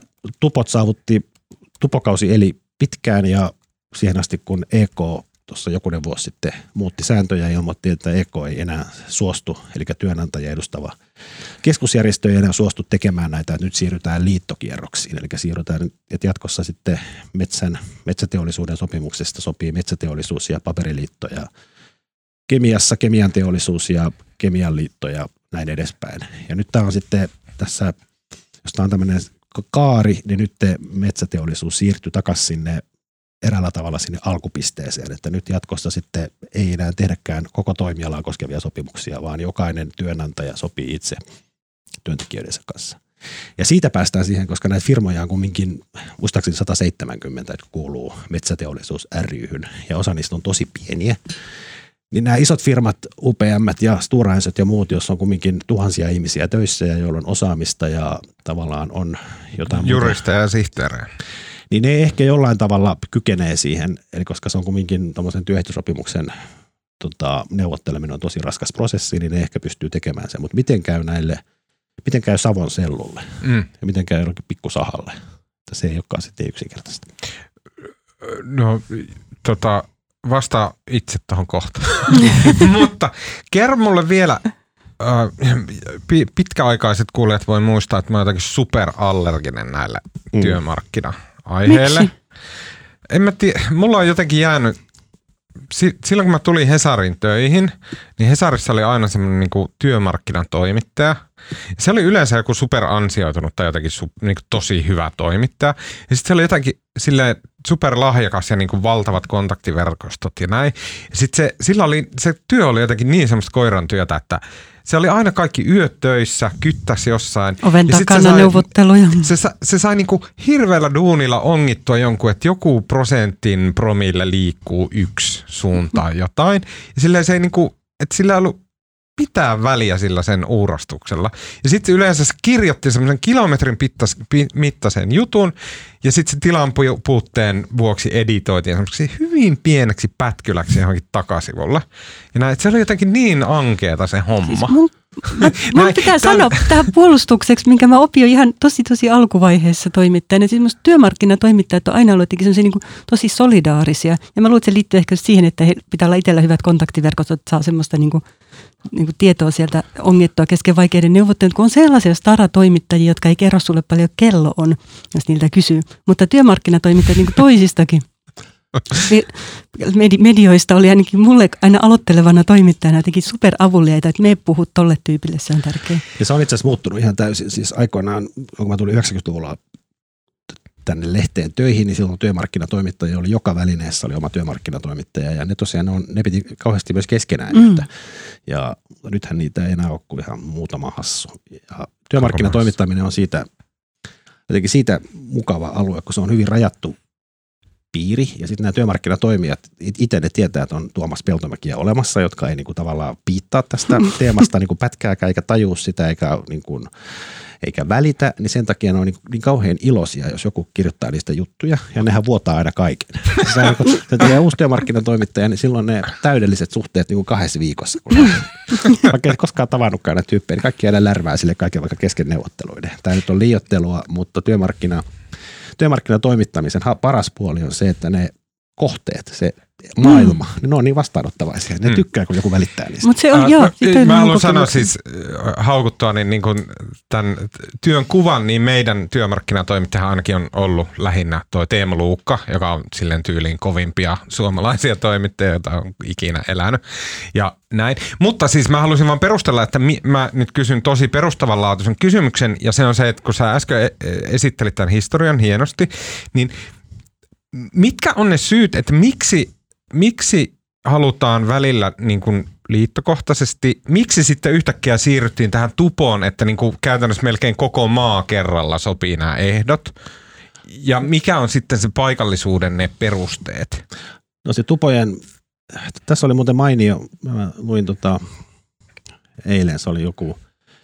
tupokausi eli pitkään ja siihen asti, kun EK tuossa jokunen vuosi sitten muutti sääntöjä ja ilmoitti, että EK ei enää suostu, eli työnantajia edustava keskusjärjestö ei enää suostu tekemään näitä, että nyt siirrytään liittokierroksiin, eli siirrytään, että jatkossa sitten metsäteollisuuden sopimuksesta sopii metsäteollisuus ja paperiliitto ja kemiassa kemian teollisuus ja kemian liitto ja näin edespäin. Ja nyt tämä on sitten tässä, jos tämä on tämmöinen kaari, niin nyt metsäteollisuus siirtyi takaisin sinne eräällä tavalla sinne alkupisteeseen, että nyt jatkossa sitten ei enää tehdäkään koko toimialaa koskevia sopimuksia, vaan jokainen työnantaja sopii itse työntekijöidensä kanssa. Ja siitä päästään siihen, koska näitä firmoja on kumminkin, muistaakseni 170, jotka kuuluu Metsäteollisuus ry:hyn, ja osa niistä on tosi pieniä. Niin nämä isot firmat, UPM ja Stora Enso ja muut, joissa on kumminkin tuhansia ihmisiä töissä ja joilla on osaamista ja tavallaan on jotain juristeja ja sihteerejä. Niin ne ehkä jollain tavalla kykenee siihen, eli koska se on kumminkin tuommoisen työehtosopimuksen neuvotteleminen on tosi raskas prosessi, niin ne ehkä pystyy tekemään sen. Mutta miten käy Savon Sellulle ja miten käy jollakin pikkusahalle? Se ei olekaan sitten yksinkertaista. No, vastaa itse tuohon kohtaan. Mutta kerro mulle vielä, pitkäaikaiset kuulijat voi muistaa, että mä oon jotenkin superallerginen näille työmarkkina-aiheille. Miksi? En mä tiedä, mulla on jotenkin jäänyt, silloin kun mä tulin Hesarin töihin, niin Hesarissa oli aina semmoinen niinku työmarkkinan toimittaja. Se oli yleensä joku superansioitunut tai jotenkin niinku tosi hyvä toimittaja. Ja sitten se oli jotenkin silleen superlahjakas ja niinku valtavat kontaktiverkostot ja näin. Ja sitten se työ oli jotenkin niin semmoista koiran työtä, että se oli aina kaikki yöt töissä, kyttäsi jossain. Oven takana neuvotteluja. Se sai niinku hirveällä duunilla ongittua jonkun, että joku prosentin promille liikkuu yksi suuntaan jotain. Ja silleen se ei niinku, että sillä ei ollut mitään väliä sillä sen uurastuksella. Ja sitten yleensä se kirjoitti semmoisen kilometrin mittaisen jutun ja sitten se tilan puutteen vuoksi editoitiin semmoiseksi hyvin pieneksi pätkyläksi johonkin takasivulle. Ja näin, se oli jotenkin niin ankeeta se homma. Siis mun pitää sanoa tähän puolustukseksi, minkä mä opin jo ihan tosi alkuvaiheessa toimittajana. Siis musta työmarkkinatoimittajat on aina ollut niin tosi solidaarisia. Ja mä luulen, että se liittyy ehkä siihen, että he pitää olla itsellä hyvät kontaktiverkot, että saa semmoista niin kuin tietoa sieltä ongettua kesken vaikeiden neuvottelujen, kun on sellaisia staratoimittajia, jotka ei kerro sulle paljon kello on, jos niiltä kysyy. Mutta työmarkkinatoimittajat niin kuin toisistakin medioista oli ainakin mulle aina aloittelevana toimittajana jotenkin superavuliaita, että me puhut tolle tyypille, se on tärkeä. Ja se on itse asiassa muuttunut ihan täysin. Siis aikoinaan, kun mä tulin 90-luvulla tänne lehteen töihin, niin silloin työmarkkinatoimittajia oli joka välineessä oli oma työmarkkinatoimittaja ja ne tosiaan ne piti kauheasti myös keskenään yhtä. Ja nythän niitä ei enää ole kuin ihan muutama hassu. Ja työmarkkinatoimittaminen on jotenkin siitä mukava alue, kun se on hyvin rajattu piiri ja sitten nämä työmarkkinatoimijat itse ne tietää, että on Tuomas Peltomäkiä olemassa, jotka ei niinku tavallaan piittaa tästä teemasta niinku pätkääkään eikä tajua sitä eikä välitä, niin sen takia ne on niin kauhean iloisia, jos joku kirjoittaa niistä juttuja, ja nehän vuotaa aina kaiken. Se tulee uusi työmarkkinatoimittaja, niin silloin ne täydelliset suhteet niin kuin 2 viikossa. Vaikka ei koskaan tavannutkaan näitä tyyppejä, niin kaikki aina lärvää sille kaiken vaikka kesken neuvotteluiden. Tämä nyt on liioittelua, mutta työmarkkinatoimittamisen paras puoli on se, että ne kohteet, se maailma, ne on niin vastaanottavaisia. Ne tykkää, kun joku välittää niistä. Mut se on, mä haluan sanoa siis haukuttua niin kuin tämän työn kuvan, niin meidän työmarkkinatoimittaja ainakin on ollut lähinnä toi Teemu Luukka, joka on silleen tyyliin kovimpia suomalaisia toimittajia, joita on ikinä elänyt ja näin. Mutta siis mä halusin vaan perustella, että mä nyt kysyn tosi perustavanlaatuisen kysymyksen ja se on se, että kun sä äsken esittelit tämän historian hienosti, niin mitkä on ne syyt, että miksi halutaan välillä niin kuin liittokohtaisesti, miksi sitten yhtäkkiä siirryttiin tähän tupoon, että niin kuin käytännössä melkein koko maa kerralla sopii nämä ehdot? Ja mikä on sitten se paikallisuuden ne perusteet? No se tupojen, tässä oli muuten mainio, mä luin eilen, se oli joku,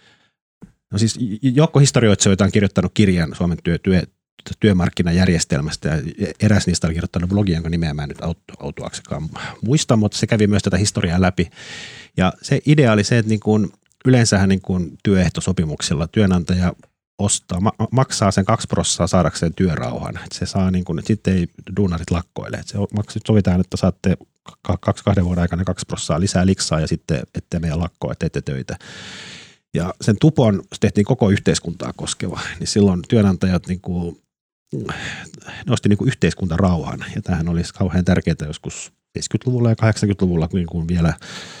no siis joukko historioitsijoita on kirjoittanut kirjan Suomen työmarkkinajärjestelmästä ja eräs niistä oli kirjoittanut blogia, jonka nimeä mä en nyt autuaksikaan muista, mutta se kävi myös tätä historiaa läpi. Ja se idea oli se, että niin kuin yleensähän niin kuin työehtosopimuksilla työnantaja maksaa sen 2% saadakseen työrauhan. Että se saa niin kuin, että sitten ei duunarit lakkoile. Että se sovitaan, että saatte 2 vuoden aikana 2% lisää liksaa ja sitten ette meidän lakkoa, teette töitä. Ja sen tupon tehtiin koko yhteiskuntaa koskeva, niin silloin työnantajat niin kuin nosti niin kuin yhteiskuntarauhan. Ja tämähän olisi kauhean tärkeää joskus 70-luvulla ja 80-luvulla, niin kuin vielä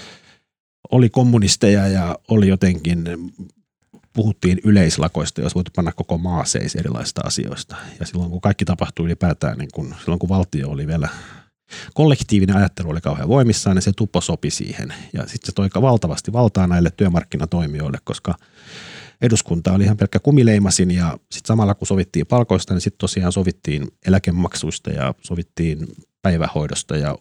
oli kommunisteja ja oli jotenkin, puhuttiin yleislakoista, jos voitu panna koko maa seis erilaisista asioista. Ja silloin kun kaikki tapahtui ylipäätään, niin kun, silloin kun valtio oli vielä, kollektiivinen ajattelu oli kauhean voimissaan, niin se tupo sopi siihen. Ja sitten se toi valtavasti valtaa näille työmarkkinatoimijoille, koska eduskunta oli ihan pelkkä kumileimasin ja sitten samalla kun sovittiin palkoista, niin sitten tosiaan sovittiin eläkemaksuista ja sovittiin päivähoidosta. Ja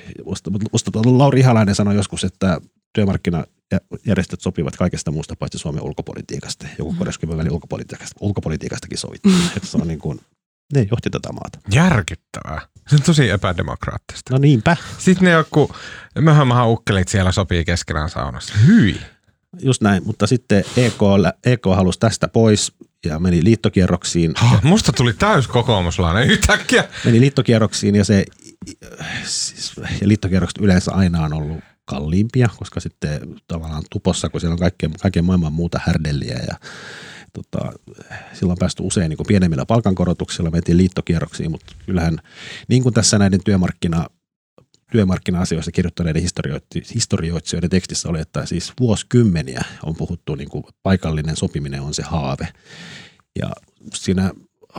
Lauri Ihalainen sanoi joskus, että työmarkkinajärjestöt sopivat kaikesta muusta paitsi Suomen ulkopolitiikasta. Joku 40 välin ulkopolitiikastakin sovittiin. Että se on niin kuin, ne johti tätä maata. Järkyttävää. Se on tosi epädemokraattista. No niinpä. Sitten ne joku möhömahan ukkelit siellä sopii keskenään saunassa. Hyi. Just näin, mutta sitten EK halusi tästä pois ja meni liittokierroksiin. Musta tuli täys kokoomuslainen yhtäkkiä. Meni liittokierroksiin ja liittokierrokset yleensä aina on ollut kalliimpia, koska sitten tavallaan tupossa, kun siellä on kaiken maailman muuta härdelliä ja silloin on päästy usein niin kuin pienemmillä palkankorotuksilla, mentiin liittokierroksiin, mutta kyllähän niin kuin tässä näiden työmarkkina-asioista kirjoittaneiden historioitsijoiden tekstissä oli, että siis vuosikymmeniä on puhuttu, niin kuin paikallinen sopiminen on se haave. Ja siinä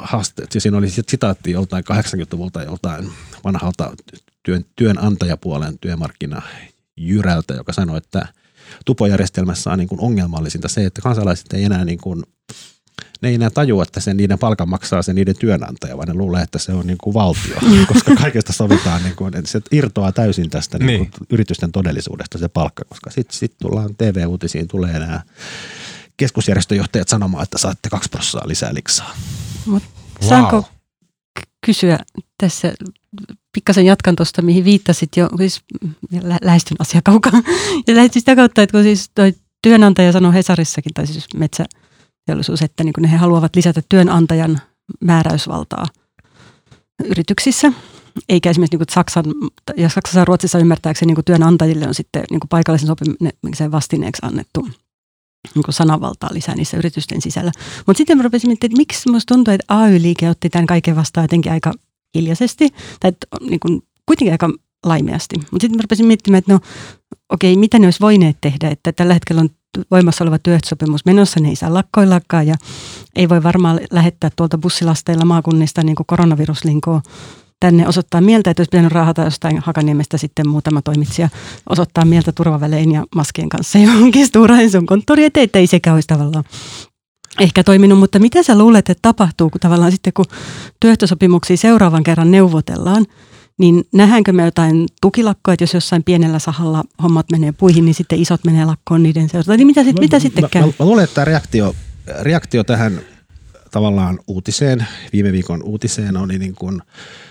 oli sitaatti joltain 80-luvulta joltain vanhalta työnantajapuolen työmarkkinajyrältä, joka sanoi, että tupojärjestelmässä on niin kuin ongelmallisinta se, että kansalaiset ei enää, niin kuin, ne ei enää tajua, että sen niiden palkan maksaa se niiden työnantaja, vaan ne luulee, että se on niin kuin valtio, koska kaikesta sovitaan, niin kuin, että se irtoaa täysin tästä niin kuin yritysten todellisuudesta se palkka, koska sitten tullaan TV-uutisiin, tulee nämä keskusjärjestöjohtajat sanomaan, että saatte 2% lisää liksaa. Saanko kysyä tässä, pikkasen jatkan tuosta, mihin viittasit jo, siis lähestyn asiaa kaukaa. Ja lähestyn sitä kautta, että kun siis toi työnantaja sanoi Hesarissakin, tai siis metsäteollisuus, että niin kun he haluavat lisätä työnantajan määräysvaltaa yrityksissä. Eikä esimerkiksi niin Saksan ja Saksassa ja Ruotsissa ymmärtääkseni niin työnantajille on sitten niin paikallisen sopimisen vastineeksi annettu niin sananvaltaa lisää niissä yritysten sisällä. Mutta sitten mä rupesin miettimään, että miksi musta tuntuu, että AY-liike otti tämän kaiken vastaan jotenkin aika hiljaisesti, tai niin kuin, kuitenkin aika laimeasti. Mutta sitten mä rupesin miettimään, että no okei, mitä ne olisi voineet tehdä, että tällä hetkellä on voimassa oleva työehtosopimus menossa, ne ei saa lakkoillakaan ja ei voi varmaan lähettää tuolta bussilasteilla maakunnista niin kuin koronaviruslinkoa tänne osoittaa mieltä, että olisi pitänyt raahata jostain Hakaniemestä sitten muutama toimitsija osoittaa mieltä turvavälein ja maskien kanssa johonkin Stora Enson konttoriin, että ei sekään olisi tavallaan ehkä toiminut, mutta mitä sä luulet, että tapahtuu, kun tavallaan sitten kun työehtosopimuksia seuraavan kerran neuvotellaan, niin nähdäänkö me jotain tukilakkoa, että jos jossain pienellä sahalla hommat menee puihin, niin sitten isot menee lakkoon niiden seurata, niin mitä sitten käy? Mä luulen, että reaktio tähän tavallaan uutiseen, viime viikon uutiseen oli niin kuin,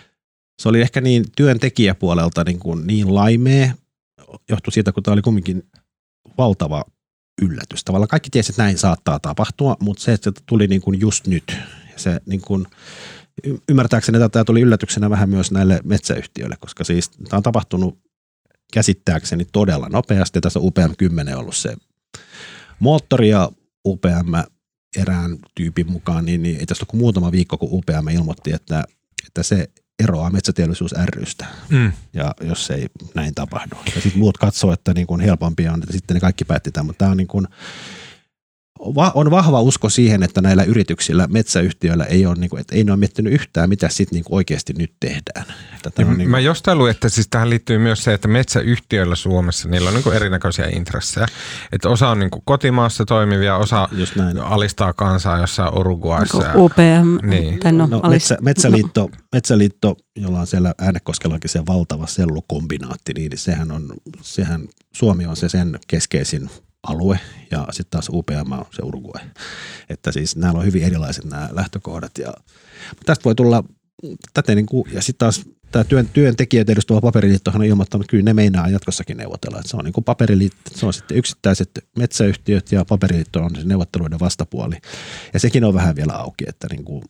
se oli ehkä niin työntekijäpuolelta niin laimea, johtui siitä, kun tämä oli kumminkin valtava yllätys. Tavallaan kaikki tiesi, että näin saattaa tapahtua, mutta se, että se tuli niin kuin just nyt. Se niin kuin, ymmärtääkseni tämä tuli yllätyksenä vähän myös näille metsäyhtiöille, koska siis tämä on tapahtunut käsittääkseni todella nopeasti. Tässä UPM-10 on ollut se moottori ja UPM erään tyypin mukaan, niin ei tästä ole kuin muutama viikko, kun UPM ilmoitti, että se eroaa Metsäteollisuus ry:stä, ja jos ei näin tapahdu. Ja sitten muut katsoo, että niin kuin helpompi on, että sitten ne kaikki päätetään, mutta tämä on niin kuin on vahva usko siihen, että näillä yrityksillä, metsäyhtiöillä ei ole, niin kuin, että ei ne ole miettinyt yhtään, mitä sitten niin kuin oikeasti nyt tehdään. Niin mä jostain luin, että siis tähän liittyy myös se, että metsäyhtiöillä Suomessa, niillä on niin kuin erinäköisiä intressejä. Että osa on niin kuin kotimaassa toimivia, osa alistaa kansaa jossain Uruguayssa. Niin UPM, niin. Metsäliitto, jolla on siellä Äänekoskellakin se valtava sellukombinaatti, niin sehän Suomi on se sen keskeisin alue, ja sitten taas UPM on se Uruguay. Että siis näillä on hyvin erilaiset nämä lähtökohdat. Ja tästä voi tulla täten niin kuin, ja sitten taas tämä työntekijöitä edustava paperiliittohan on ilmoittanut, että kyllä ne meinaa jatkossakin neuvotella. Että se on niin kuin paperiliitto, se on sitten yksittäiset metsäyhtiöt ja paperiliitto on se neuvotteluiden vastapuoli. Ja sekin on vähän vielä auki, että niin kuin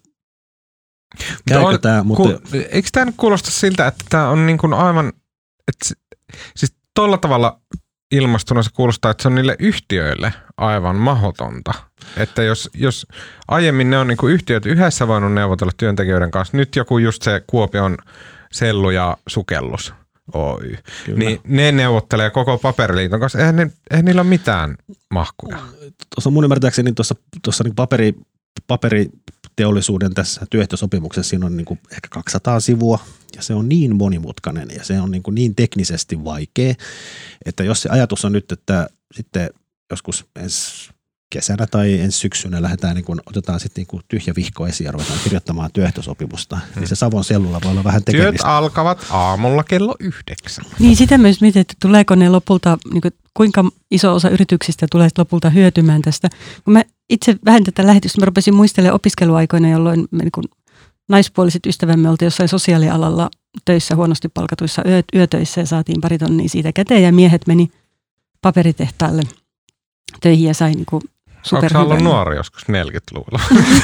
eikö tämä nyt kuulosta siltä, että tämä on niin kuin aivan, että siis tolla tavalla ilmastuna se kuulostaa, että se on niille yhtiöille aivan mahdotonta. Että jos aiemmin ne on niin kuin yhtiöt yhdessä voinut neuvotella työntekijöiden kanssa, nyt joku just se Kuopion sellu ja sukellus Oy, niin ne neuvottelee koko paperiliiton kanssa. Eihän niillä ole mitään mahkuja. Tuossa mun ymmärtääkseni tuossa niin paperiteollisuuden tässä työehtosopimuksessa siinä on niin kuin ehkä 200 sivua, ja se on niin monimutkainen ja se on niin teknisesti vaikea, että jos se ajatus on nyt, että sitten joskus ensi kesänä tai ensi syksynä lähdetään, niin kun otetaan sitten niin tyhjä vihko esiin ja ruvetaan kirjoittamaan työehtosopimusta, niin se Savon sellulla voi olla vähän tekemistä. Työt alkavat aamulla kello 9. Niin sitä myös mietin, että tuleeko ne lopulta, niin kuin, kuinka iso osa yrityksistä tulee lopulta hyötymään tästä. Kun mä itse vähän tätä lähetystä, mä rupesin muistelemaan opiskeluaikoina, jolloin me niin kuin naispuoliset ystävämme oltiin jossain sosiaalialalla töissä, huonosti palkatuissa yötöissä ja saatiin pari tonnia siitä käteen ja miehet meni paperitehtaalle töihin ja sai niinku superhyvän. Onko sä ollut nuori joskus 40-luvulla?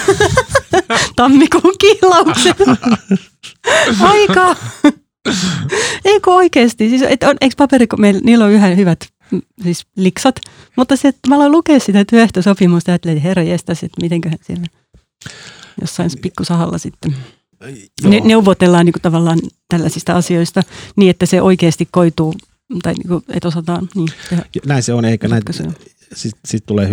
Tammikuun kihlaukset. Aika. Eikö oikeasti? Siis, eikö paperi, niillä on yhä hyvät siis liksat, mutta se, että mä aloin lukea sitä työehtosopimusta ja ajattelin, että herra jestas, että mitenköhän siellä jossain pikkusahalla sitten neuvotellaan niin kuin tavallaan tällaisista asioista niin, että se oikeasti koituu tai niin kuin, että osataan niin tehdä. Näin se on, eikä näin. Siitä tulee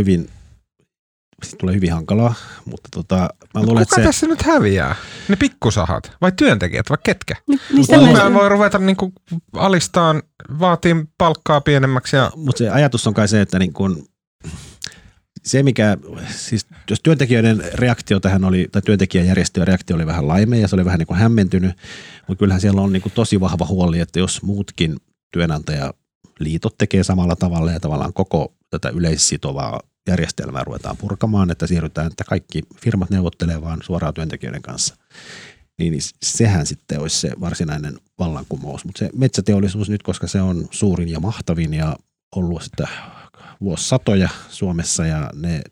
hyvin hankalaa, mutta mä luulen, kuka tässä nyt häviää? Ne pikkusahat vai työntekijät vai ketkä? Niin voi ruveta niin kuin alistaan, vaatii palkkaa pienemmäksi. Mutta se ajatus on kai se, että niin kuin se mikä, siis jos työntekijöiden reaktio tähän oli, tai työntekijäjärjestöjen reaktio oli vähän laimea ja se oli vähän niin kuin hämmentynyt, mutta kyllähän siellä on niin kuin tosi vahva huoli, että jos muutkin työnantajaliitot tekee samalla tavalla ja tavallaan koko tätä yleissitovaa järjestelmää ruvetaan purkamaan, että siirrytään, että kaikki firmat neuvottelee vaan suoraan työntekijöiden kanssa, niin sehän sitten olisi se varsinainen vallankumous. Mutta se metsäteollisuus nyt, koska se on suurin ja mahtavin ja ollut sitä vuosisatoja Suomessa ja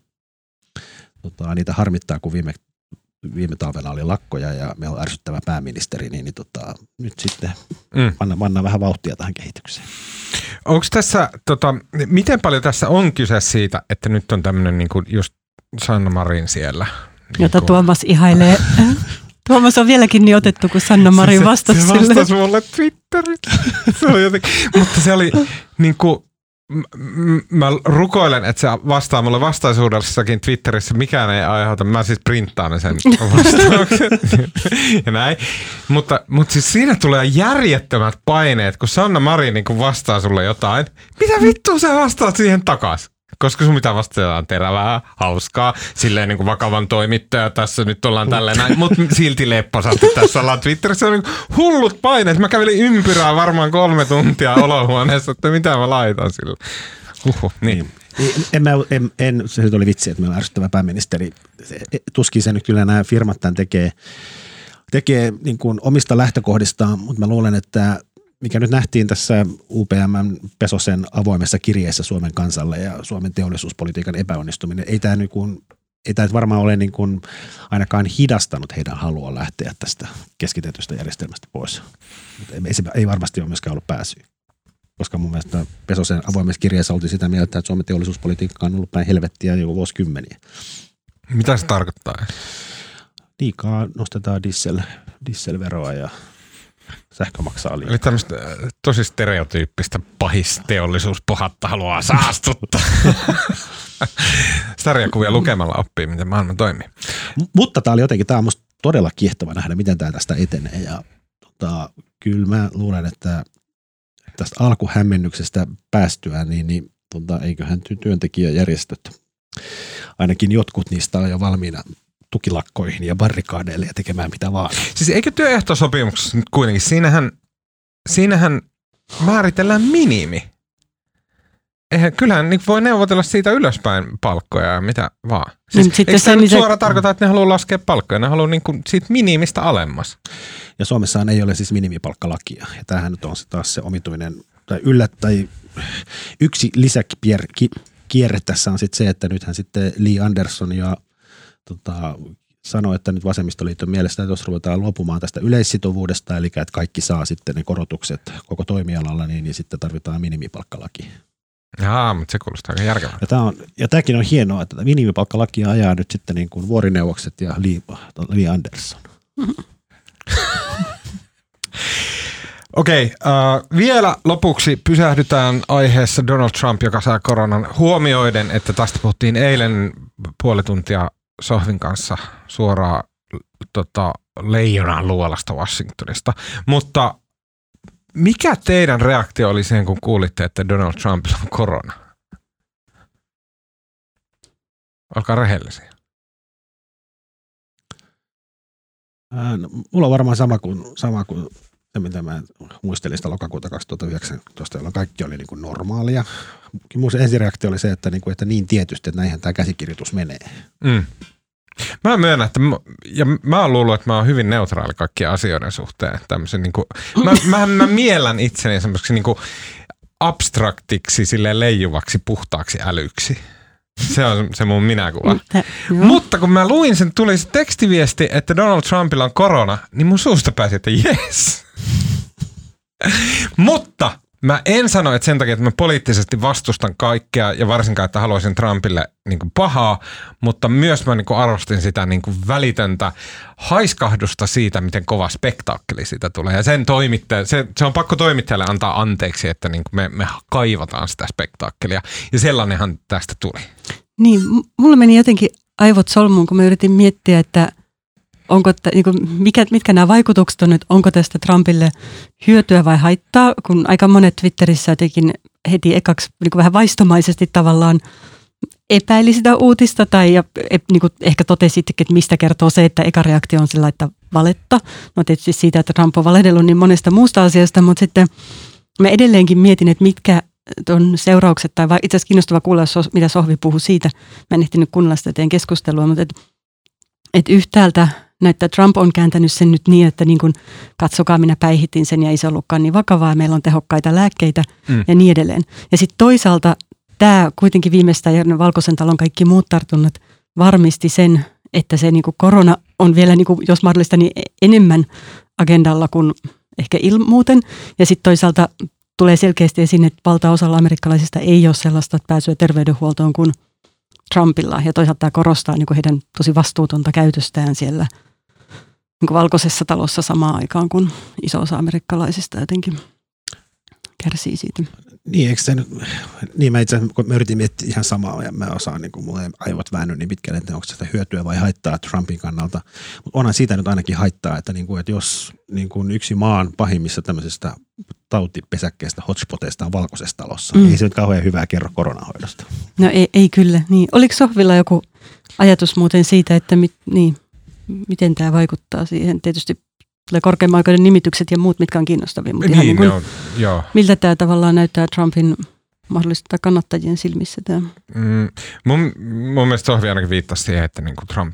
niitä harmittaa, kun viime talvena oli lakkoja ja meillä on ärsyttävä pääministeri, niin nyt sitten pannaan vähän vauhtia tähän kehitykseen. Onko tässä, miten paljon tässä on kyse siitä, että nyt on tämmöinen niin kuin just Sanna Marin siellä? Jota niin Tuomas ihailee. Tuomas on vieläkin niin otettu, kun Sanna Marin vastasi sille. Se vastasi mulle Twitterissä. Se oli jotenkin, mutta se oli niin kuin, mä rukoilen, että se vastaa mulle vastaisuudessakin Twitterissä, mikään ei aiheuta. Mä siis printtaan sen vastauksen ja näin. Mutta siis siinä tulee järjettömät paineet, kun Sanna Marin niin vastaa sulle jotain. Mitä vittua sä vastaat siihen takaisin? Koska sun mitä vastataan terävää, hauskaa, silleen niin kuin vakavan toimittaja, tässä nyt ollaan tälleen näin, mutta silti lepposasti tässä ollaan Twitterissä, on niin hullut paineet. Mä kävelin ympyrää varmaan 3 tuntia olohuoneessa, että mitä mä laitan sillä. Niin. Se oli vitsi, että meillä on ärsyttävä pääministeri. Tuskin se nyt kyllä nämä firmat tämän tekee niin kuin omista lähtökohdistaan, mutta mä luulen, että mikä nyt nähtiin tässä UPM-Pesosen avoimessa kirjeessä Suomen kansalle ja Suomen teollisuuspolitiikan epäonnistuminen, ei tämä niin kuin ei tämä varmaan ole niin kuin ainakaan hidastanut heidän halua lähteä tästä keskitetystä järjestelmästä pois. Ei varmasti ole myöskään ollut pääsyä. Koska mun mielestä Pesosen avoimessa kirjassa oltiin sitä mieltä, että Suomen teollisuuspolitiikka on ollut päin helvettiä jo vuosikymmeniä. Mitä se tarkoittaa? Liikaa nostetaan dieselveroa ja sähkö maksaa liikaa. Eli tämmöistä tosi stereotyyppistä pahisteollisuuspohatta haluaa saastuttaa. Sarjakuvia lukemalla oppii, miten maailma toimii. Mutta tämä on musta todella kiehtova nähdä, miten tämä tästä etenee. Ja kyllä mä luulen, että tästä alkuhämmennyksestä päästyään, niin eiköhän työntekijäjärjestöt, ainakin jotkut niistä on jo valmiina tukilakkoihin ja barrikaadeille ja tekemään mitä vaan. Siis eikö työehtosopimuksessa nyt kuitenkin, siinähän määritellään minimi. Kyllähän niin voi neuvotella siitä ylöspäin palkkoja ja mitä vaan. Siis eikö se nyt suoraan tarkoita, että ne haluaa laskea palkkoja, ne haluaa niin kuin siitä minimistä alemmas. Ja Suomessahan ei ole siis minimipalkkalakia. Ja tämähän nyt on se taas se omituinen, tai yksi lisäkierre tässä on sitten se, että nythän sitten Li Andersson ja sanoi, että nyt vasemmistoliiton mielestä, että jos ruvetaan luopumaan tästä yleissitovuudesta, eli että kaikki saa sitten ne korotukset koko toimialalla, niin sitten tarvitaan minimipalkkalaki. Jaa, mutta se kuulostaa aika järkevältä. Ja tämäkin on hienoa, että minimipalkkalakia ajaa nyt sitten niin kuin vuorineuvokset ja Li Andersson. Okei, vielä lopuksi pysähdytään aiheessa Donald Trump, joka saa koronan huomioiden, että tästä puhuttiin eilen puoli tuntia Sohvin kanssa suoraan leijonan luolasta Washingtonista. Mutta mikä teidän reaktio oli siihen, kun kuulitte, että Donald Trumpilla on korona? Olkaa rehellisiä. No, mulla on varmaan sama kuin se, mitä mä muistelin sitä lokakuuta 2019, jolloin kaikki oli niin kuin normaalia. Mun ensireaktio oli se, että niin tietysti, että näinhän tämä käsikirjoitus menee. Mä myönnän, että mä oon luullut, että mä oon hyvin neutraali kaikkien asioiden suhteen. Niin kuin, mä miellän itseni semmoiseksi niin kuin abstraktiksi, silleen leijuvaksi, puhtaaksi älyksi. Se on se mun minäkuva. Mutta kun mä luin sen, tuli se tekstiviesti, että Donald Trumpilla on korona, niin mun suusta pääsi, että jes. Mutta mä en sano, että sen takia, että mä poliittisesti vastustan kaikkea ja varsinkaan, että haluaisin Trumpille niin kuin pahaa, mutta myös mä niin kuin arvostin sitä niin kuin välitöntä haiskahdusta siitä, miten kova spektaakkeli siitä tulee. Ja sen se on pakko toimittajalle antaa anteeksi, että niin kuin me kaivataan sitä spektaakkelia. Ja sellainenhan tästä tuli. Niin, mulla meni jotenkin aivot solmuun, kun mä yritin miettiä, että mitkä nämä vaikutukset on nyt, onko tästä Trumpille hyötyä vai haittaa, kun aika monet Twitterissä jotenkin heti ekaksi niin vähän vaistomaisesti tavallaan epäili sitä uutista tai ehkä totesittekin, että mistä kertoo se, että eka reaktio on sillä, että valetta. No tietysti siitä, että Trump on valehdellut niin monesta muusta asiasta, mutta sitten mä edelleenkin mietin, että mitkä on seuraukset, tai itse asiassa kiinnostava kuulla, mitä Sohvi puhui siitä. Mä en ehtinyt kuunnella sitä teidän keskustelua, mutta että yhtäältä näyttää, että Trump on kääntänyt sen nyt niin, että niin kuin, katsokaa, minä päihitin sen ja ei se ollutkaan niin vakavaa, meillä on tehokkaita lääkkeitä ja niin edelleen. Ja sitten toisaalta tämä kuitenkin viimeistään ja Valkoisen talon kaikki muut tartunnat varmisti sen, että se niin kuin korona on vielä, niin kuin, jos mahdollista, niin enemmän agendalla kuin ehkä muuten. Ja sitten toisaalta tulee selkeästi esiin, että valtaosalla amerikkalaisista ei ole sellaista pääsyä terveydenhuoltoon kuin Trumpilla. Ja toisaalta tämä korostaa niin kuin heidän tosi vastuutonta käytöstään siellä niin kuin Valkoisessa talossa samaan aikaan, kun iso osa amerikkalaisista jotenkin kärsii siitä. Niin, eikö se nyt, niin mä itse asiassa, kun mä yritin miettiä ihan samaa ja mä osaan, niin kuin mulla ei aivot väännyt niin pitkälle, että onko sitä hyötyä vai haittaa Trumpin kannalta. Mutta onhan siitä nyt ainakin haittaa, että, niin kuin, että jos niin kuin yksi maan pahimmissa tämmöisestä tautipesäkkeestä, hotspoteista on Valkoisessa talossa, ei se nyt kauhean hyvää kerro koronahoidosta. No ei kyllä. Niin. Oliko Sohvilla joku ajatus muuten siitä, että miten tämä vaikuttaa siihen? Tietysti tulee korkeimman oikeuden nimitykset ja muut, mitkä on kiinnostavia. Mutta niin, joo. Miltä tämä tavallaan näyttää Trumpin mahdollista kannattajien silmissä? Tämä? Mun mielestä Sohvi ainakin viittasi siihen, että niin kuin Trump nyt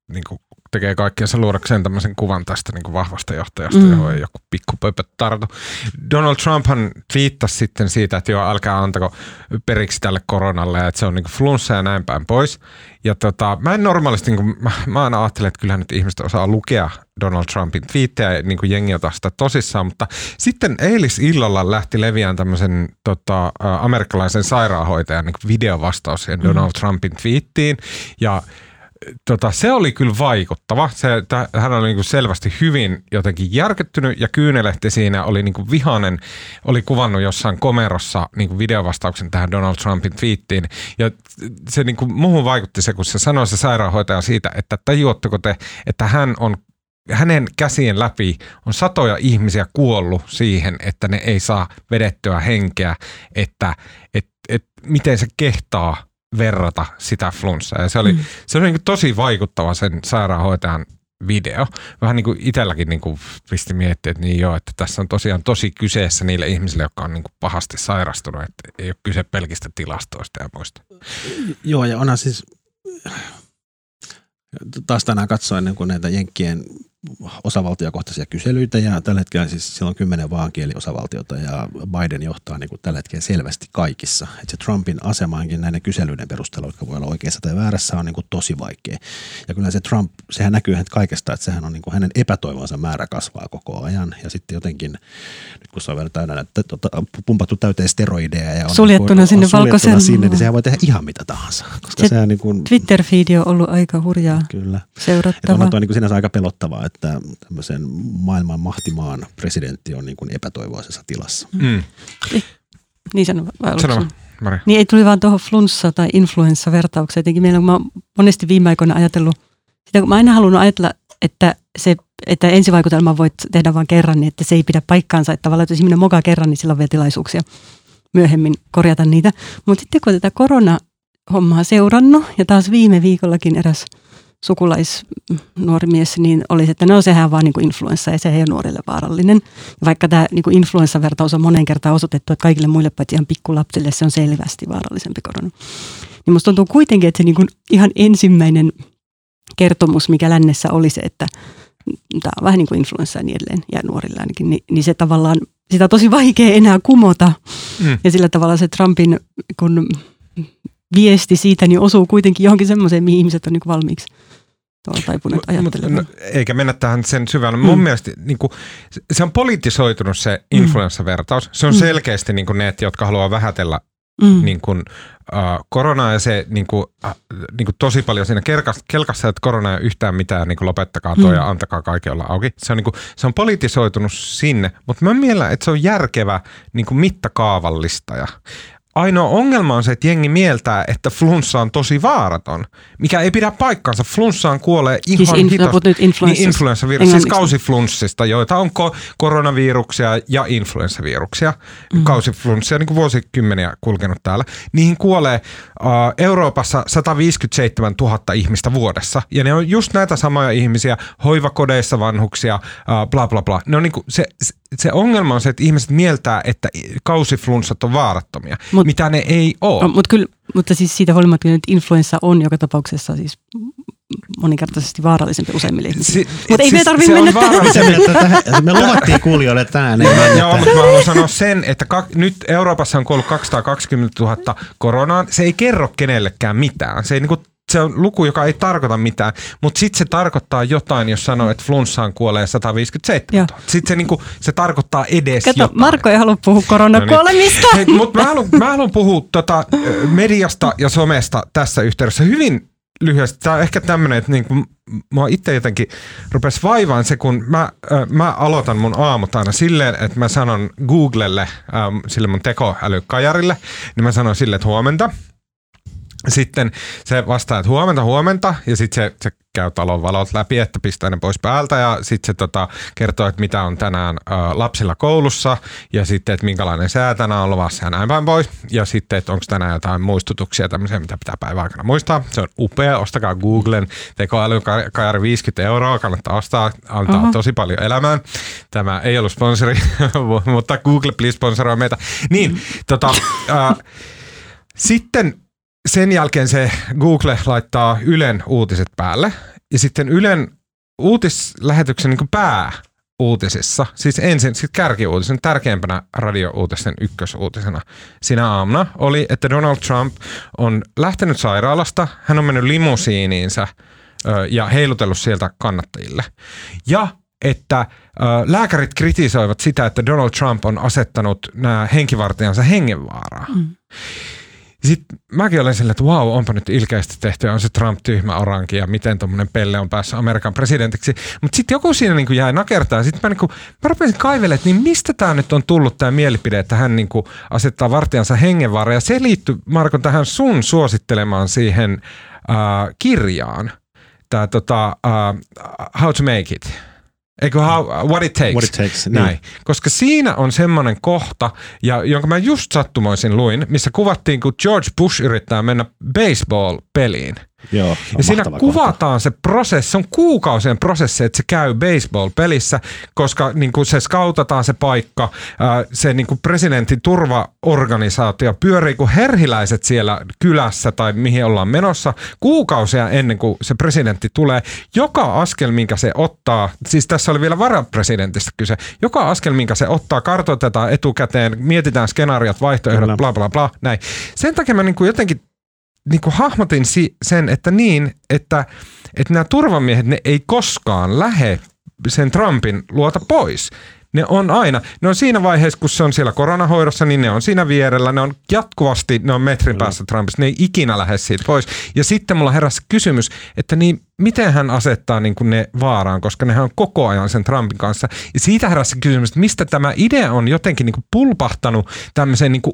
niinku tekee kaikkiansa luodakseen tämmöisen kuvan tästä niin kuin vahvasta johtajasta, johon ei joku pikkupöpöt tartu. Donald Trumphan twiittasi sitten siitä, että joo, älkää antako periksi tälle koronalle, ja että se on niin kuin flunssa ja näin päin pois. Ja mä en normaalisti, niin kuin, mä aina ajattelen, että kyllähän nyt ihmiset osaa lukea Donald Trumpin twiittejä ja niin kuin jengi ottaa sitä tosissaan, mutta sitten eilisillalla lähti leviään tämmöisen amerikkalaisen sairaanhoitajan niin kuin videovastaus Donald Trumpin twiittiin, ja se oli kyllä vaikuttava. Hän oli niin kuin selvästi hyvin jotenkin järkyttynyt ja kyynelehti siinä, oli niin kuin vihainen, oli kuvannut jossain komerossa niin kuin videovastauksen tähän Donald Trumpin twiittiin. Ja se niin kuin muuhun vaikutti se, kun se sanoi se sairaanhoitaja siitä, että tajuatteko te, että hänen käsien läpi on satoja ihmisiä kuollut siihen, että ne ei saa vedettyä henkeä, että miten se kehtaa verrata sitä flunssaa. Ja se oli niin kuin tosi vaikuttava sen sairaanhoitajan video. Vähän niin kuin itselläkin niin kuin pisti miettiä, että niin joo, että tässä on tosiaan tosi kyseessä niille ihmisille, jotka on niin kuin pahasti sairastunut, että ei ole kyse pelkistä tilastoista ja muista. Joo, ja onhan siis taas tänään katsoin niin kuin näitä Jenkkien osavaltiokohtaisia kyselyitä, ja tällä hetkellä siis siellä on 10 vaankieliosavaltiota, ja Biden johtaa niin kuin tällä hetkellä selvästi kaikissa. Että se Trumpin asemaankin näiden kyselyiden perusteella, jotka voi olla oikeassa tai väärässä, on niin kuin tosi vaikea. Ja kyllä se Trump, sehän näkyy kaikesta, että sehän on niin kuin hänen epätoivonsa määrä kasvaa koko ajan, ja sitten jotenkin, nyt kun se on vielä täynnä, pumpattu täyteen steroideja ja on suljettuna sinne valkoisen, niin sehän voi tehdä ihan mitä tahansa. Koska sehän niin kuin, Twitter-feedi on ollut aika hurjaa seurattavaa. On niin kuin sinänsä aika pelottavaa, että tämmöisen maailman mahtimaan presidentti on niin kuin epätoivoisessa tilassa. Niin sano Mari. Niin ei tuli vaan tuohon flunssa- tai influenssavertaukseen. Jotenkin meillä on monesti viime aikoina ajatellut, sitä kun mä aina halunnut ajatella, että ensivaikutelman voit tehdä vain kerran, niin että se ei pidä paikkaansa. Että tavallaan, jos ihminen mokaa kerran, niin sillä on vielä tilaisuuksia myöhemmin korjata niitä. Mutta sitten kun tätä koronahommaa seurannut, ja taas viime viikollakin eräs sukulaisnuori mies, niin olisi, että no sehän on vaan niin kuin influenssa ja se ei ole nuorille vaarallinen. Ja vaikka tämä niin kuin influenssavertaus on monen kertaan osoitettu, että kaikille muille paitsi ihan pikkulapsille se on selvästi vaarallisempi korona. Niin musta tuntuu kuitenkin, että se niin kuin ihan ensimmäinen kertomus, mikä lännessä oli se, että tämä on vähän niin kuin influenssa ja niin edelleen, ja nuorilla ainakin, niin se tavallaan, sitä on tosi vaikea enää kumota. Ja sillä tavalla se Trumpin kun viesti siitä niin osuu kuitenkin johonkin semmoiseen, mihin ihmiset on niin kuin valmiiksi taipuneet ajattelemaan. Eikä mennä tähän sen syvällä. Mun mielestä niin kuin, se on politisoitunut se influenssavertaus. Se on selkeästi niin kuin ne, jotka haluaa vähätellä niin kuin, koronaa, ja se niin kuin tosi paljon siinä kelkassa, että korona ei ole yhtään mitään, niin kuin lopettakaa tuo ja antakaa kaiken olla auki. Se on politisoitunut sinne, mutta mä mielen, että se on järkevä niin kuin mittakaavallistaja. Ainoa ongelma on se, että jengi mieltää, että flunssa on tosi vaaraton, mikä ei pidä paikkaansa. Flunssaan kuolee ihan hitosti. Influenssavirus, siis kausiflunssista, joita on koronaviruksia ja influenssaviruksia. Kausiflunssia niin kuin vuosikymmeniä kulkenut täällä. Niihin kuolee Euroopassa 157 000 ihmistä vuodessa. Ja ne on just näitä samoja ihmisiä, hoivakodeissa vanhuksia, bla bla bla. Ne on niin kuin se ongelma on se, että ihmiset mieltää, että kausiflunssat on vaarattomia, mitä ne ei ole. Mutta siis siitä huolimatta, että influenssa on joka tapauksessa siis moninkertaisesti vaarallisempi useimmille ihmisille. Mutta ei me tarvitse mennä tähän. Me luvattiin kuulijoille tänään. Joo, mutta mä haluan sanoa sen, että nyt Euroopassa on kuollut 220 000 koronaan. Se ei kerro kenellekään mitään. Se on luku, joka ei tarkoita mitään, mutta sitten se tarkoittaa jotain, jos sanoo, että flunssaan kuolee 157 000. Sitten se tarkoittaa edes jotain. Marko ei halua puhua koronakuolemista. No niin. Mutta mä haluan puhua mediasta ja somesta tässä yhteydessä hyvin lyhyesti. Tämä on ehkä tämmöinen, että niinku, mua itse jotenkin rupesi vaivaan se, kun mä aloitan mun aamut aina silleen, että mä sanon Googlelle, sille mun tekoälykajarille, niin mä sanon silleen, että huomenta. Sitten se vastaa, että huomenta, ja sitten se käy talon valot läpi, että pistää ne pois päältä, ja sitten se kertoo, että mitä on tänään lapsilla koulussa, ja sitten, että minkälainen sää tänään on luvassa, ja näin päin pois. Ja sitten, että onko tänään jotain muistutuksia, tämmöisiä, mitä pitää päivän aikana muistaa. Se on upea, ostakaa Googlen tekoälykajari 50 €, kannattaa ostaa, antaa tosi paljon elämään. Tämä ei ollut sponsori, mutta Google please sponsoroi meitä. Niin, sitten sen jälkeen se Google laittaa Ylen uutiset päälle, Ja sitten Ylen uutislähetyksen niin kuin pääuutisissa, siis ensin sit kärkiuutisen, tärkeimpänä radiouutisten ykkösuutisena sinä aamuna oli, että Donald Trump on lähtenyt sairaalasta, hän on mennyt limusiiniinsä ja heilutellut sieltä kannattajille. Ja että lääkärit kritisoivat sitä, että Donald Trump on asettanut nämä henkivartijansa hengenvaaraan. Sitten mäkin olen sillä, että vau, onpa nyt ilkeästi tehty, on se Trump tyhmä oranki ja miten tommonen pelle on päässyt Amerikan presidentiksi. Mutta sitten joku siinä niin kuin jäi nakertaa. Sitten mä rupesin kaivelemaan, että niin mistä tämä nyt on tullut tämä mielipide, että hän niin kuin asettaa vartijansa hengenvaaraan. Ja se liittyy, Marko, tähän sun suosittelemaan siihen kirjaan. Tämä How to Make It. Eikö What It Takes? What It Takes, näin. niin. Koska siinä on semmoinen kohta, jonka mä just sattumoisin luin, missä kuvattiin, kun George Bush yrittää mennä baseball-peliin. Joo, ja siinä kuvataan se prosessi, se on kuukausien prosessi, että se käy baseball-pelissä, koska niin kuin se skautataan se paikka, se niin kuin presidentin turvaorganisaatio pyörii kuin herhiläiset siellä kylässä tai mihin ollaan menossa kuukausia ennen kuin se presidentti tulee. Joka askel, minkä se ottaa, siis tässä oli vielä varapresidentistä kyse, joka askel, minkä se ottaa, kartoitetaan etukäteen, mietitään skenaariot, vaihtoehdot, bla bla bla, näin. Sen takia mä niin kuin jotenkin niin kuin hahmotin sen, että että nämä turvamiehet, ne ei koskaan lähde sen Trumpin luota pois. Ne on siinä vaiheessa, kun se on siellä koronahoidossa, niin ne on siinä vierellä, ne on jatkuvasti, ne on metrin päässä Trumpista, ne ei ikinä lähde siitä pois. Ja sitten mulla heräsi kysymys, että niin miten hän asettaa niin kuin ne vaaraan, koska nehän on koko ajan sen Trumpin kanssa. Ja siitä heräsi kysymys, että mistä tämä idea on jotenkin niin kuin pulpahtanut tämmöiseen niin kuin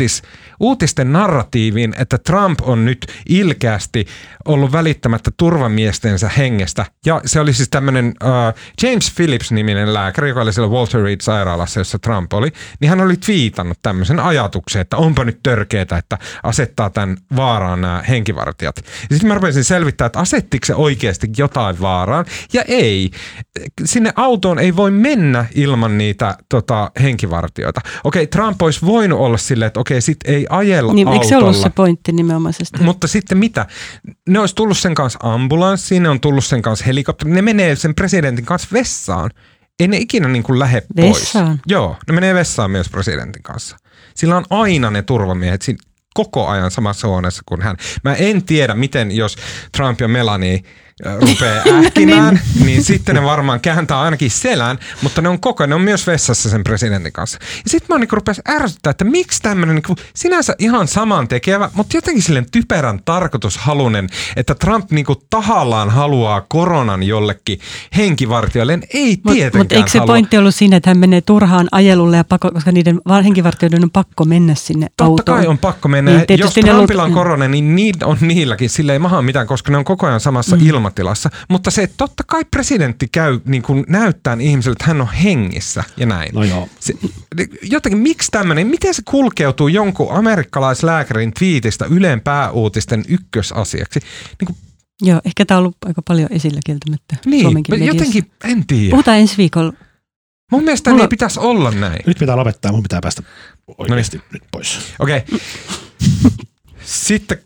uutisten narratiiviin, että Trump on nyt ilkeästi ollut välittämättä turvamiestensä hengestä. Ja se oli siis tämmöinen James Phillips-niminen lääkäri, joka oli siellä Walter Reed-sairaalassa, jossa Trump oli, niin hän oli twiitannut tämmöisen ajatuksen, että onpa nyt törkeetä, että asettaa tämän vaaraan nämä henkivartijat. Ja sitten mä rupesin selvittämään, että asettiko se oikeasti jotain vaaraan, ja ei. Sinne autoon ei voi mennä ilman niitä henkivartijoita. Okei, Trump olisi voinut olla silleen, että okei, sit ei ajella niin, autolla. Eikö se ollut se pointti nimenomaisesti? Mutta sitten mitä? Ne olisi tullut sen kanssa ambulanssiin, ne on tullut sen kanssa helikopteriin, ne menee sen presidentin kanssa vessaan. Ei ne ikinä niin kuin lähde pois. Vessaan? Joo, ne menee vessaan myös presidentin kanssa. Sillä on aina ne turvamiehet siinä koko ajan samassa huoneessa kuin hän. Mä en tiedä, miten jos Trump ja Melania rupeaa ähkimään, niin sitten ne varmaan kääntää ainakin selän, mutta ne on myös vessassa sen presidentin kanssa. Ja sitten mä rupesin ärsyttää, että miksi tämmöinen niin sinänsä ihan samantekevä, mutta jotenkin silleen typerän tarkoitushalunen, että Trump niin kuin tahallaan haluaa koronan jollekin henkivartijoille. Ei tietenkään Mutta eikö se pointti ollut siinä, että hän menee turhaan ajelulle, koska niiden henkivartijoiden on pakko mennä sinne autoon? Totta kai on pakko mennä. Niin, jos Trumpilla on korona, niin on niilläkin. Sillä ei maha mitään, koska ne on koko ajan samassa ilmatilassa. Mutta se, että totta kai presidentti käy niin kuin näyttää ihmiselle, että hän on hengissä ja näin. No joo. Jotenkin, miksi tämmöinen, miten se kulkeutuu jonkun amerikkalaislääkärin twiitistä Ylen pääuutisten ykkösasiaksi? Niin kuin, joo, ehkä tämä on ollut aika paljon esillä kieltämättä Suomenkin mediassa. Jotenkin, en tiedä. Puhutaan ensi viikolla. Mun mielestä ei pitäisi olla näin. Nyt pitää lopettaa, mun pitää päästä oikeasti nyt pois. Okei. Okay. Sitten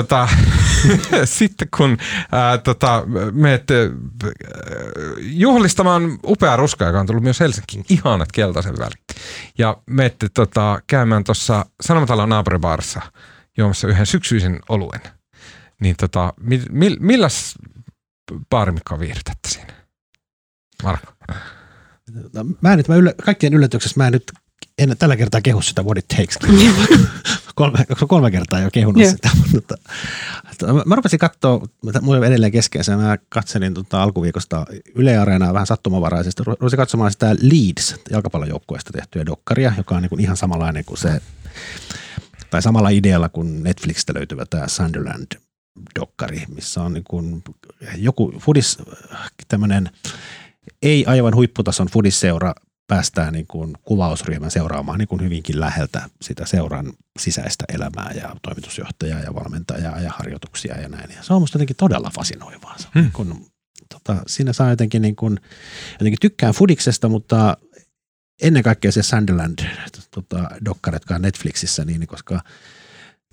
kun menet juhlistamaan upea ruska, joka on tullut myös Helsinkiin, ihanat keltaisen välit. Ja menette käymään tuossa Sanomatalon naapuribaarissa juomassa yhden syksyisen oluen. Niin milläs baarimikkoa viihdytätte siinä? Marko? Kaikkien yllätyksessä mä en nyt tällä kertaa kehu sitä What It Takes. kolme kertaa jo kehunut sitä. Mutta, mä rupesin katsoa, mulla on edelleen keskeensä, mä katselin alkuviikosta Yle Areenaa vähän sattumavaraisesti. Rupesin katsomaan sitä Leeds jalkapallojoukkueesta tehtyä dokkaria, joka on niin kuin ihan samanlainen kuin se, tai samalla idealla kuin Netflixistä löytyvä tämä Sunderland-dokkari, missä on niin kuin joku tämmöinen ei aivan huipputason fudisseura päästään niin kuin kuvausryhmän seuraamaan niin kuin hyvinkin läheltä sitä seuran sisäistä elämää ja toimitusjohtajaa ja valmentajaa ja harjoituksia ja näin. Ja se on musta jotenkin todella fasinoivaa. Siinä saa jotenkin tykkään fudiksesta, mutta ennen kaikkea se Sunderland dokkari, jotka on Netflixissä, niin koska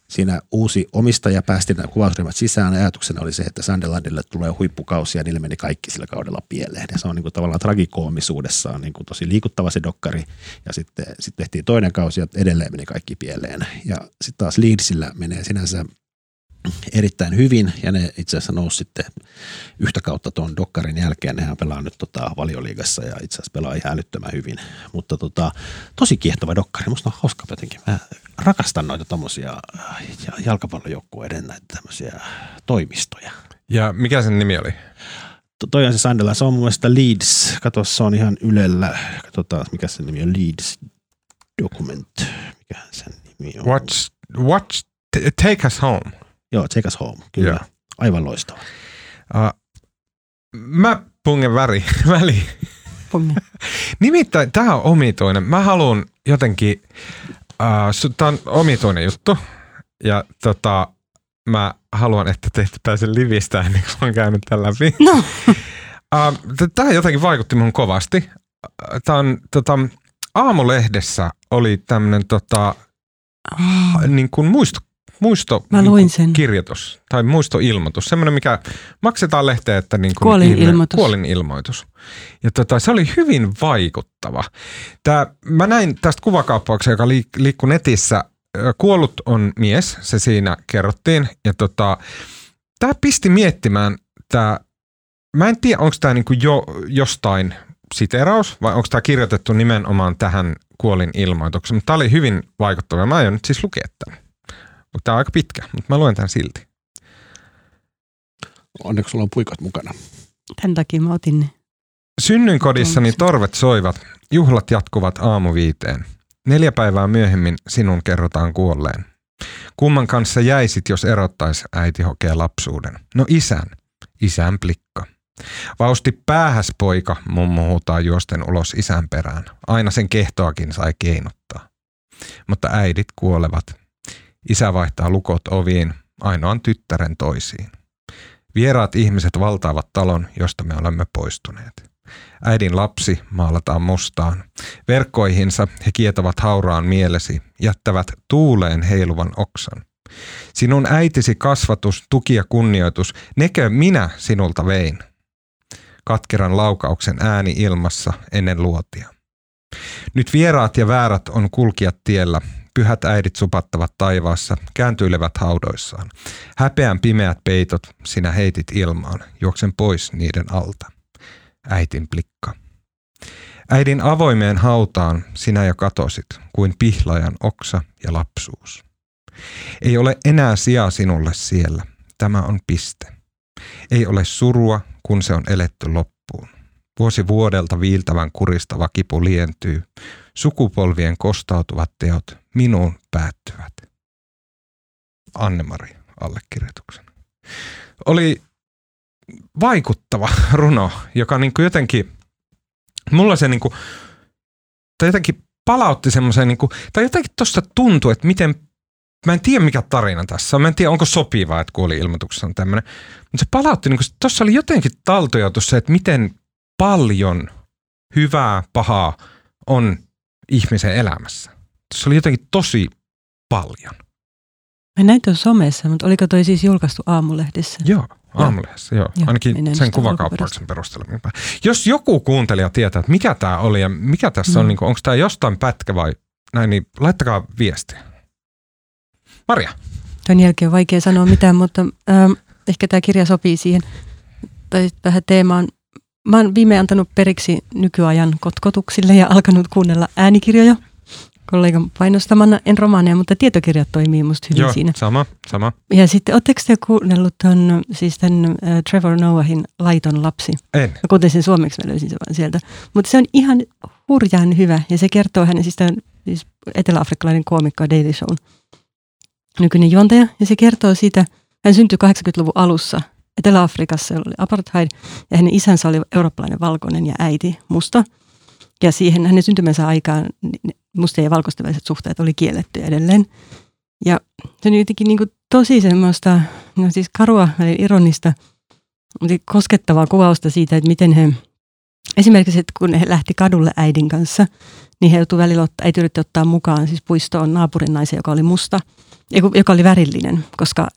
siinä uusi omistaja päästi nämä kuvausryhmät sisään. Ajatuksena oli se, että Sunderlandille tulee huippukausi ja niille meni kaikki sillä kaudella pieleen. Ja se on niin kuin tavallaan tragikoomisuudessaan niin kuin tosi liikuttava se dokkari. Ja sitten tehtiin toinen kausi ja edelleen meni kaikki pieleen. Ja sitten taas Leedsillä menee sinänsä erittäin hyvin ja ne itse asiassa nousi sitten yhtä kautta tuon dokkarin jälkeen. Nehän pelaa nyt Valioliigassa ja itse asiassa pelaa ihan älyttömän hyvin. Mutta tosi kiehtova dokkari. Musta on hauska jotenkin. Mä rakastan noita tommosia jalkapallojoukkueiden näitä tämmöisiä toimistoja. Ja mikä sen nimi oli? Toi on se Sunderland. Se on mun mielestä Leeds. Kato, se on ihan Ylellä. Katsotaan, mikä sen nimi on. Leeds Document. Mikä sen nimi on? Take Us Home. Joo, Take Us Home, kyllä. Joo. Aivan loistava. Mä pungen väliin. Nimittäin tämä on omituinen. Mä haluan jotenkin, tämä on omituinen juttu ja mä haluan, että teistä pääsen livistä ennen kuin mä oon käynyt tämän läpi. No. Tämä jotenkin vaikutti mun kovasti. Tämä on, Aamulehdessä oli tämmöinen niin kuin muistokirjoitus tai muistoilmoitus, semmoinen mikä maksetaan lehteen, että niin kuin kuolinilmoitus. Ja se oli hyvin vaikuttava. Mä näin tästä kuvakaappauksen, joka liikkui netissä. Kuollut on mies, se siinä kerrottiin. Ja tämä pisti miettimään, mä en tiedä, onko tämä niin kuin jo jostain siteeraus vai onko tämä kirjoitettu nimenomaan tähän kuolinilmoitukseen. Mutta tämä oli hyvin vaikuttava. Mä aion nyt siis lukea tämän. Tämä on aika pitkä, mutta mä luen tämän silti. Onneksi sulla on puikat mukana. Tän takia mä otin ne. Synnynkodissani torvet soivat, juhlat jatkuvat 5:00. 4 päivää myöhemmin sinun kerrotaan kuolleen. Kumman kanssa jäisit, jos erottaisi, äiti hokee lapsuuden. No isän plikka. Vausti päähäs poika, mummo huutaa juosten ulos isän perään. Aina sen kehtoakin sai keinuttaa. Mutta äidit kuolevat. Isä vaihtaa lukot oviin, ainoan tyttären toisiin. Vieraat ihmiset valtaavat talon, josta me olemme poistuneet. Äidin lapsi maalataan mustaan. Verkkoihinsa he kietovat hauraan mielesi, jättävät tuuleen heiluvan oksan. Sinun äitisi kasvatus, tuki ja kunnioitus, nekö minä sinulta vein? Katkeran laukauksen ääni ilmassa ennen luotia. Nyt vieraat ja väärät on kulkijat tiellä. Pyhät äidit supattavat taivaassa, kääntyilevät haudoissaan. Häpeän pimeät peitot sinä heitit ilmaan, juoksen pois niiden alta. Äitin plikka. Äidin avoimeen hautaan sinä jo katosit, kuin pihlajan oksa ja lapsuus. Ei ole enää sijaa sinulle siellä, tämä on piste. Ei ole surua, kun se on eletty loppuun. Vuosi vuodelta viiltävän kuristava kipu lientyy. Sukupolvien kostautuvat teot minuun päättyvät. Anne-Mari allekirjoituksen. Oli vaikuttava runo, joka niinku jotenkin, mulla se niinku, tai jotenkin palautti semmoisen, niinku, tai jotenkin tosta tuntui, että miten, mä en tiedä mikä tarina tässä on, mä en tiedä onko sopivaa, että kuoli-ilmoituksessa on tämmöinen, mutta se palautti, niinku, tossa oli jotenkin taltojatus se, että miten paljon hyvää, pahaa on ihmisen elämässä. Se oli jotenkin tosi paljon. Mä näin tuon somessa, mutta oliko toi siis julkaistu Aamulehdessä? Joo, Aamulehdessä, joo. Ainakin sen kuvakaappauksen perusteella. Jos joku kuuntelija tietää, että mikä tämä oli ja mikä tässä on, niin onko tämä jostain pätkä vai näin, niin laittakaa viestiä. Maria. Tuon jälkeen on vaikea sanoa mitään, mutta ehkä tämä kirja sopii siihen tai tähän teemaan. Mä oon viime antanut periksi nykyajan kotkotuksille ja alkanut kuunnella äänikirjoja kollegan painostamana. En romaaneja, mutta tietokirjat toimii musta hyvin. Joo, siinä. Sama. Ja sitten ootteko te kuunnellut tämän Trevor Noahin Laiton lapsi? En. Mä kuuntelin sen suomeksi, mä löysin sen vaan sieltä. Mutta se on ihan hurjan hyvä ja se kertoo hänen siis etelä-afrikkalainen koomikko Daily Shown nykyinen juontaja. Ja se kertoo siitä, hän syntyi 80-luvun alussa Etelä-Afrikassa, oli apartheid ja hänen isänsä oli eurooppalainen valkoinen ja äiti musta. Ja siihen hänen syntymänsä aikaan mustien ja valkoisten väliset suhteet oli kielletty edelleen. Ja se on jotenkin niin kuin tosi semmoista, no siis karua, ironista, koskettavaa kuvausta siitä, että miten he, esimerkiksi että kun he lähti kadulle äidin kanssa, niin he joutui välillä äiti yritti ottaa mukaan siis puistoon naapurin naisen, joka oli musta. joka oli värillinen, koska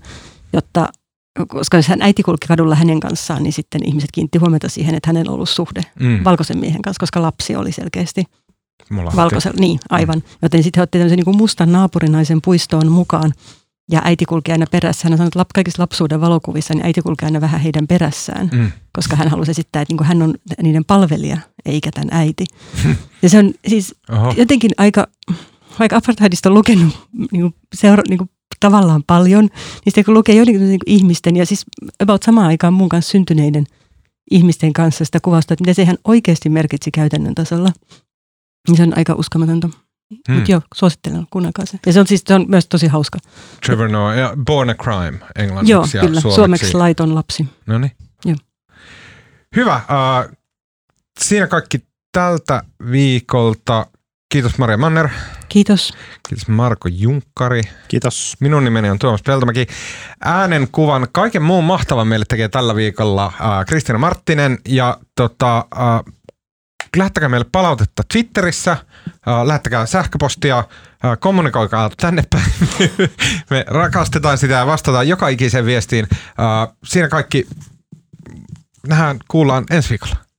jos äiti kulki kadulla hänen kanssaan, niin sitten ihmiset kiinnitti huomiota siihen, että hänellä on ollut suhde valkoisen miehen kanssa, koska lapsi oli selkeästi valkoisella. Niin, aivan. Joten sitten he otti tämmöisen niin mustan naapurinaisen puistoon mukaan. Ja äiti kulki aina perässä. Hän on sanonut, että kaikissa lapsuuden valokuvissa, niin äiti kulki aina vähän heidän perässään, koska hän halusi esittää, että hän on niiden palvelija, eikä tämän äiti. Ja se on siis jotenkin vaikka apartheidista on lukenut tavallaan paljon, niin sitten kun lukee joidenkin ihmisten ja siis about samaan aikaan mun kanssa syntyneiden ihmisten kanssa sitä kuvausta, että mitä se ihan oikeasti merkitsi käytännön tasolla, niin se on aika uskomatonta. Mutta joo, suosittelen, kuunnelkaa se. Ja se on myös tosi hauska. Trevor Noah ja Born a Crime englanniksi. Joo, kyllä. Suomeksi laiton lapsi. No niin. Joo. Hyvä. Siinä kaikki tältä viikolta. Kiitos Maria Manner. Kiitos. Kiitos Marko Junkkari. Kiitos. Minun nimeni on Tuomas Peltomäki. Äänen, kuvan, kaiken muun mahtavan meille tekee tällä viikolla Kristiina Marttinen. Ja lähettäkää meille palautetta Twitterissä, lähettäkää sähköpostia, kommunikoikaa tänne päin. Me rakastetaan sitä ja vastataan joka ikiseen viestiin. Siinä kaikki. Kuullaan ensi viikolla.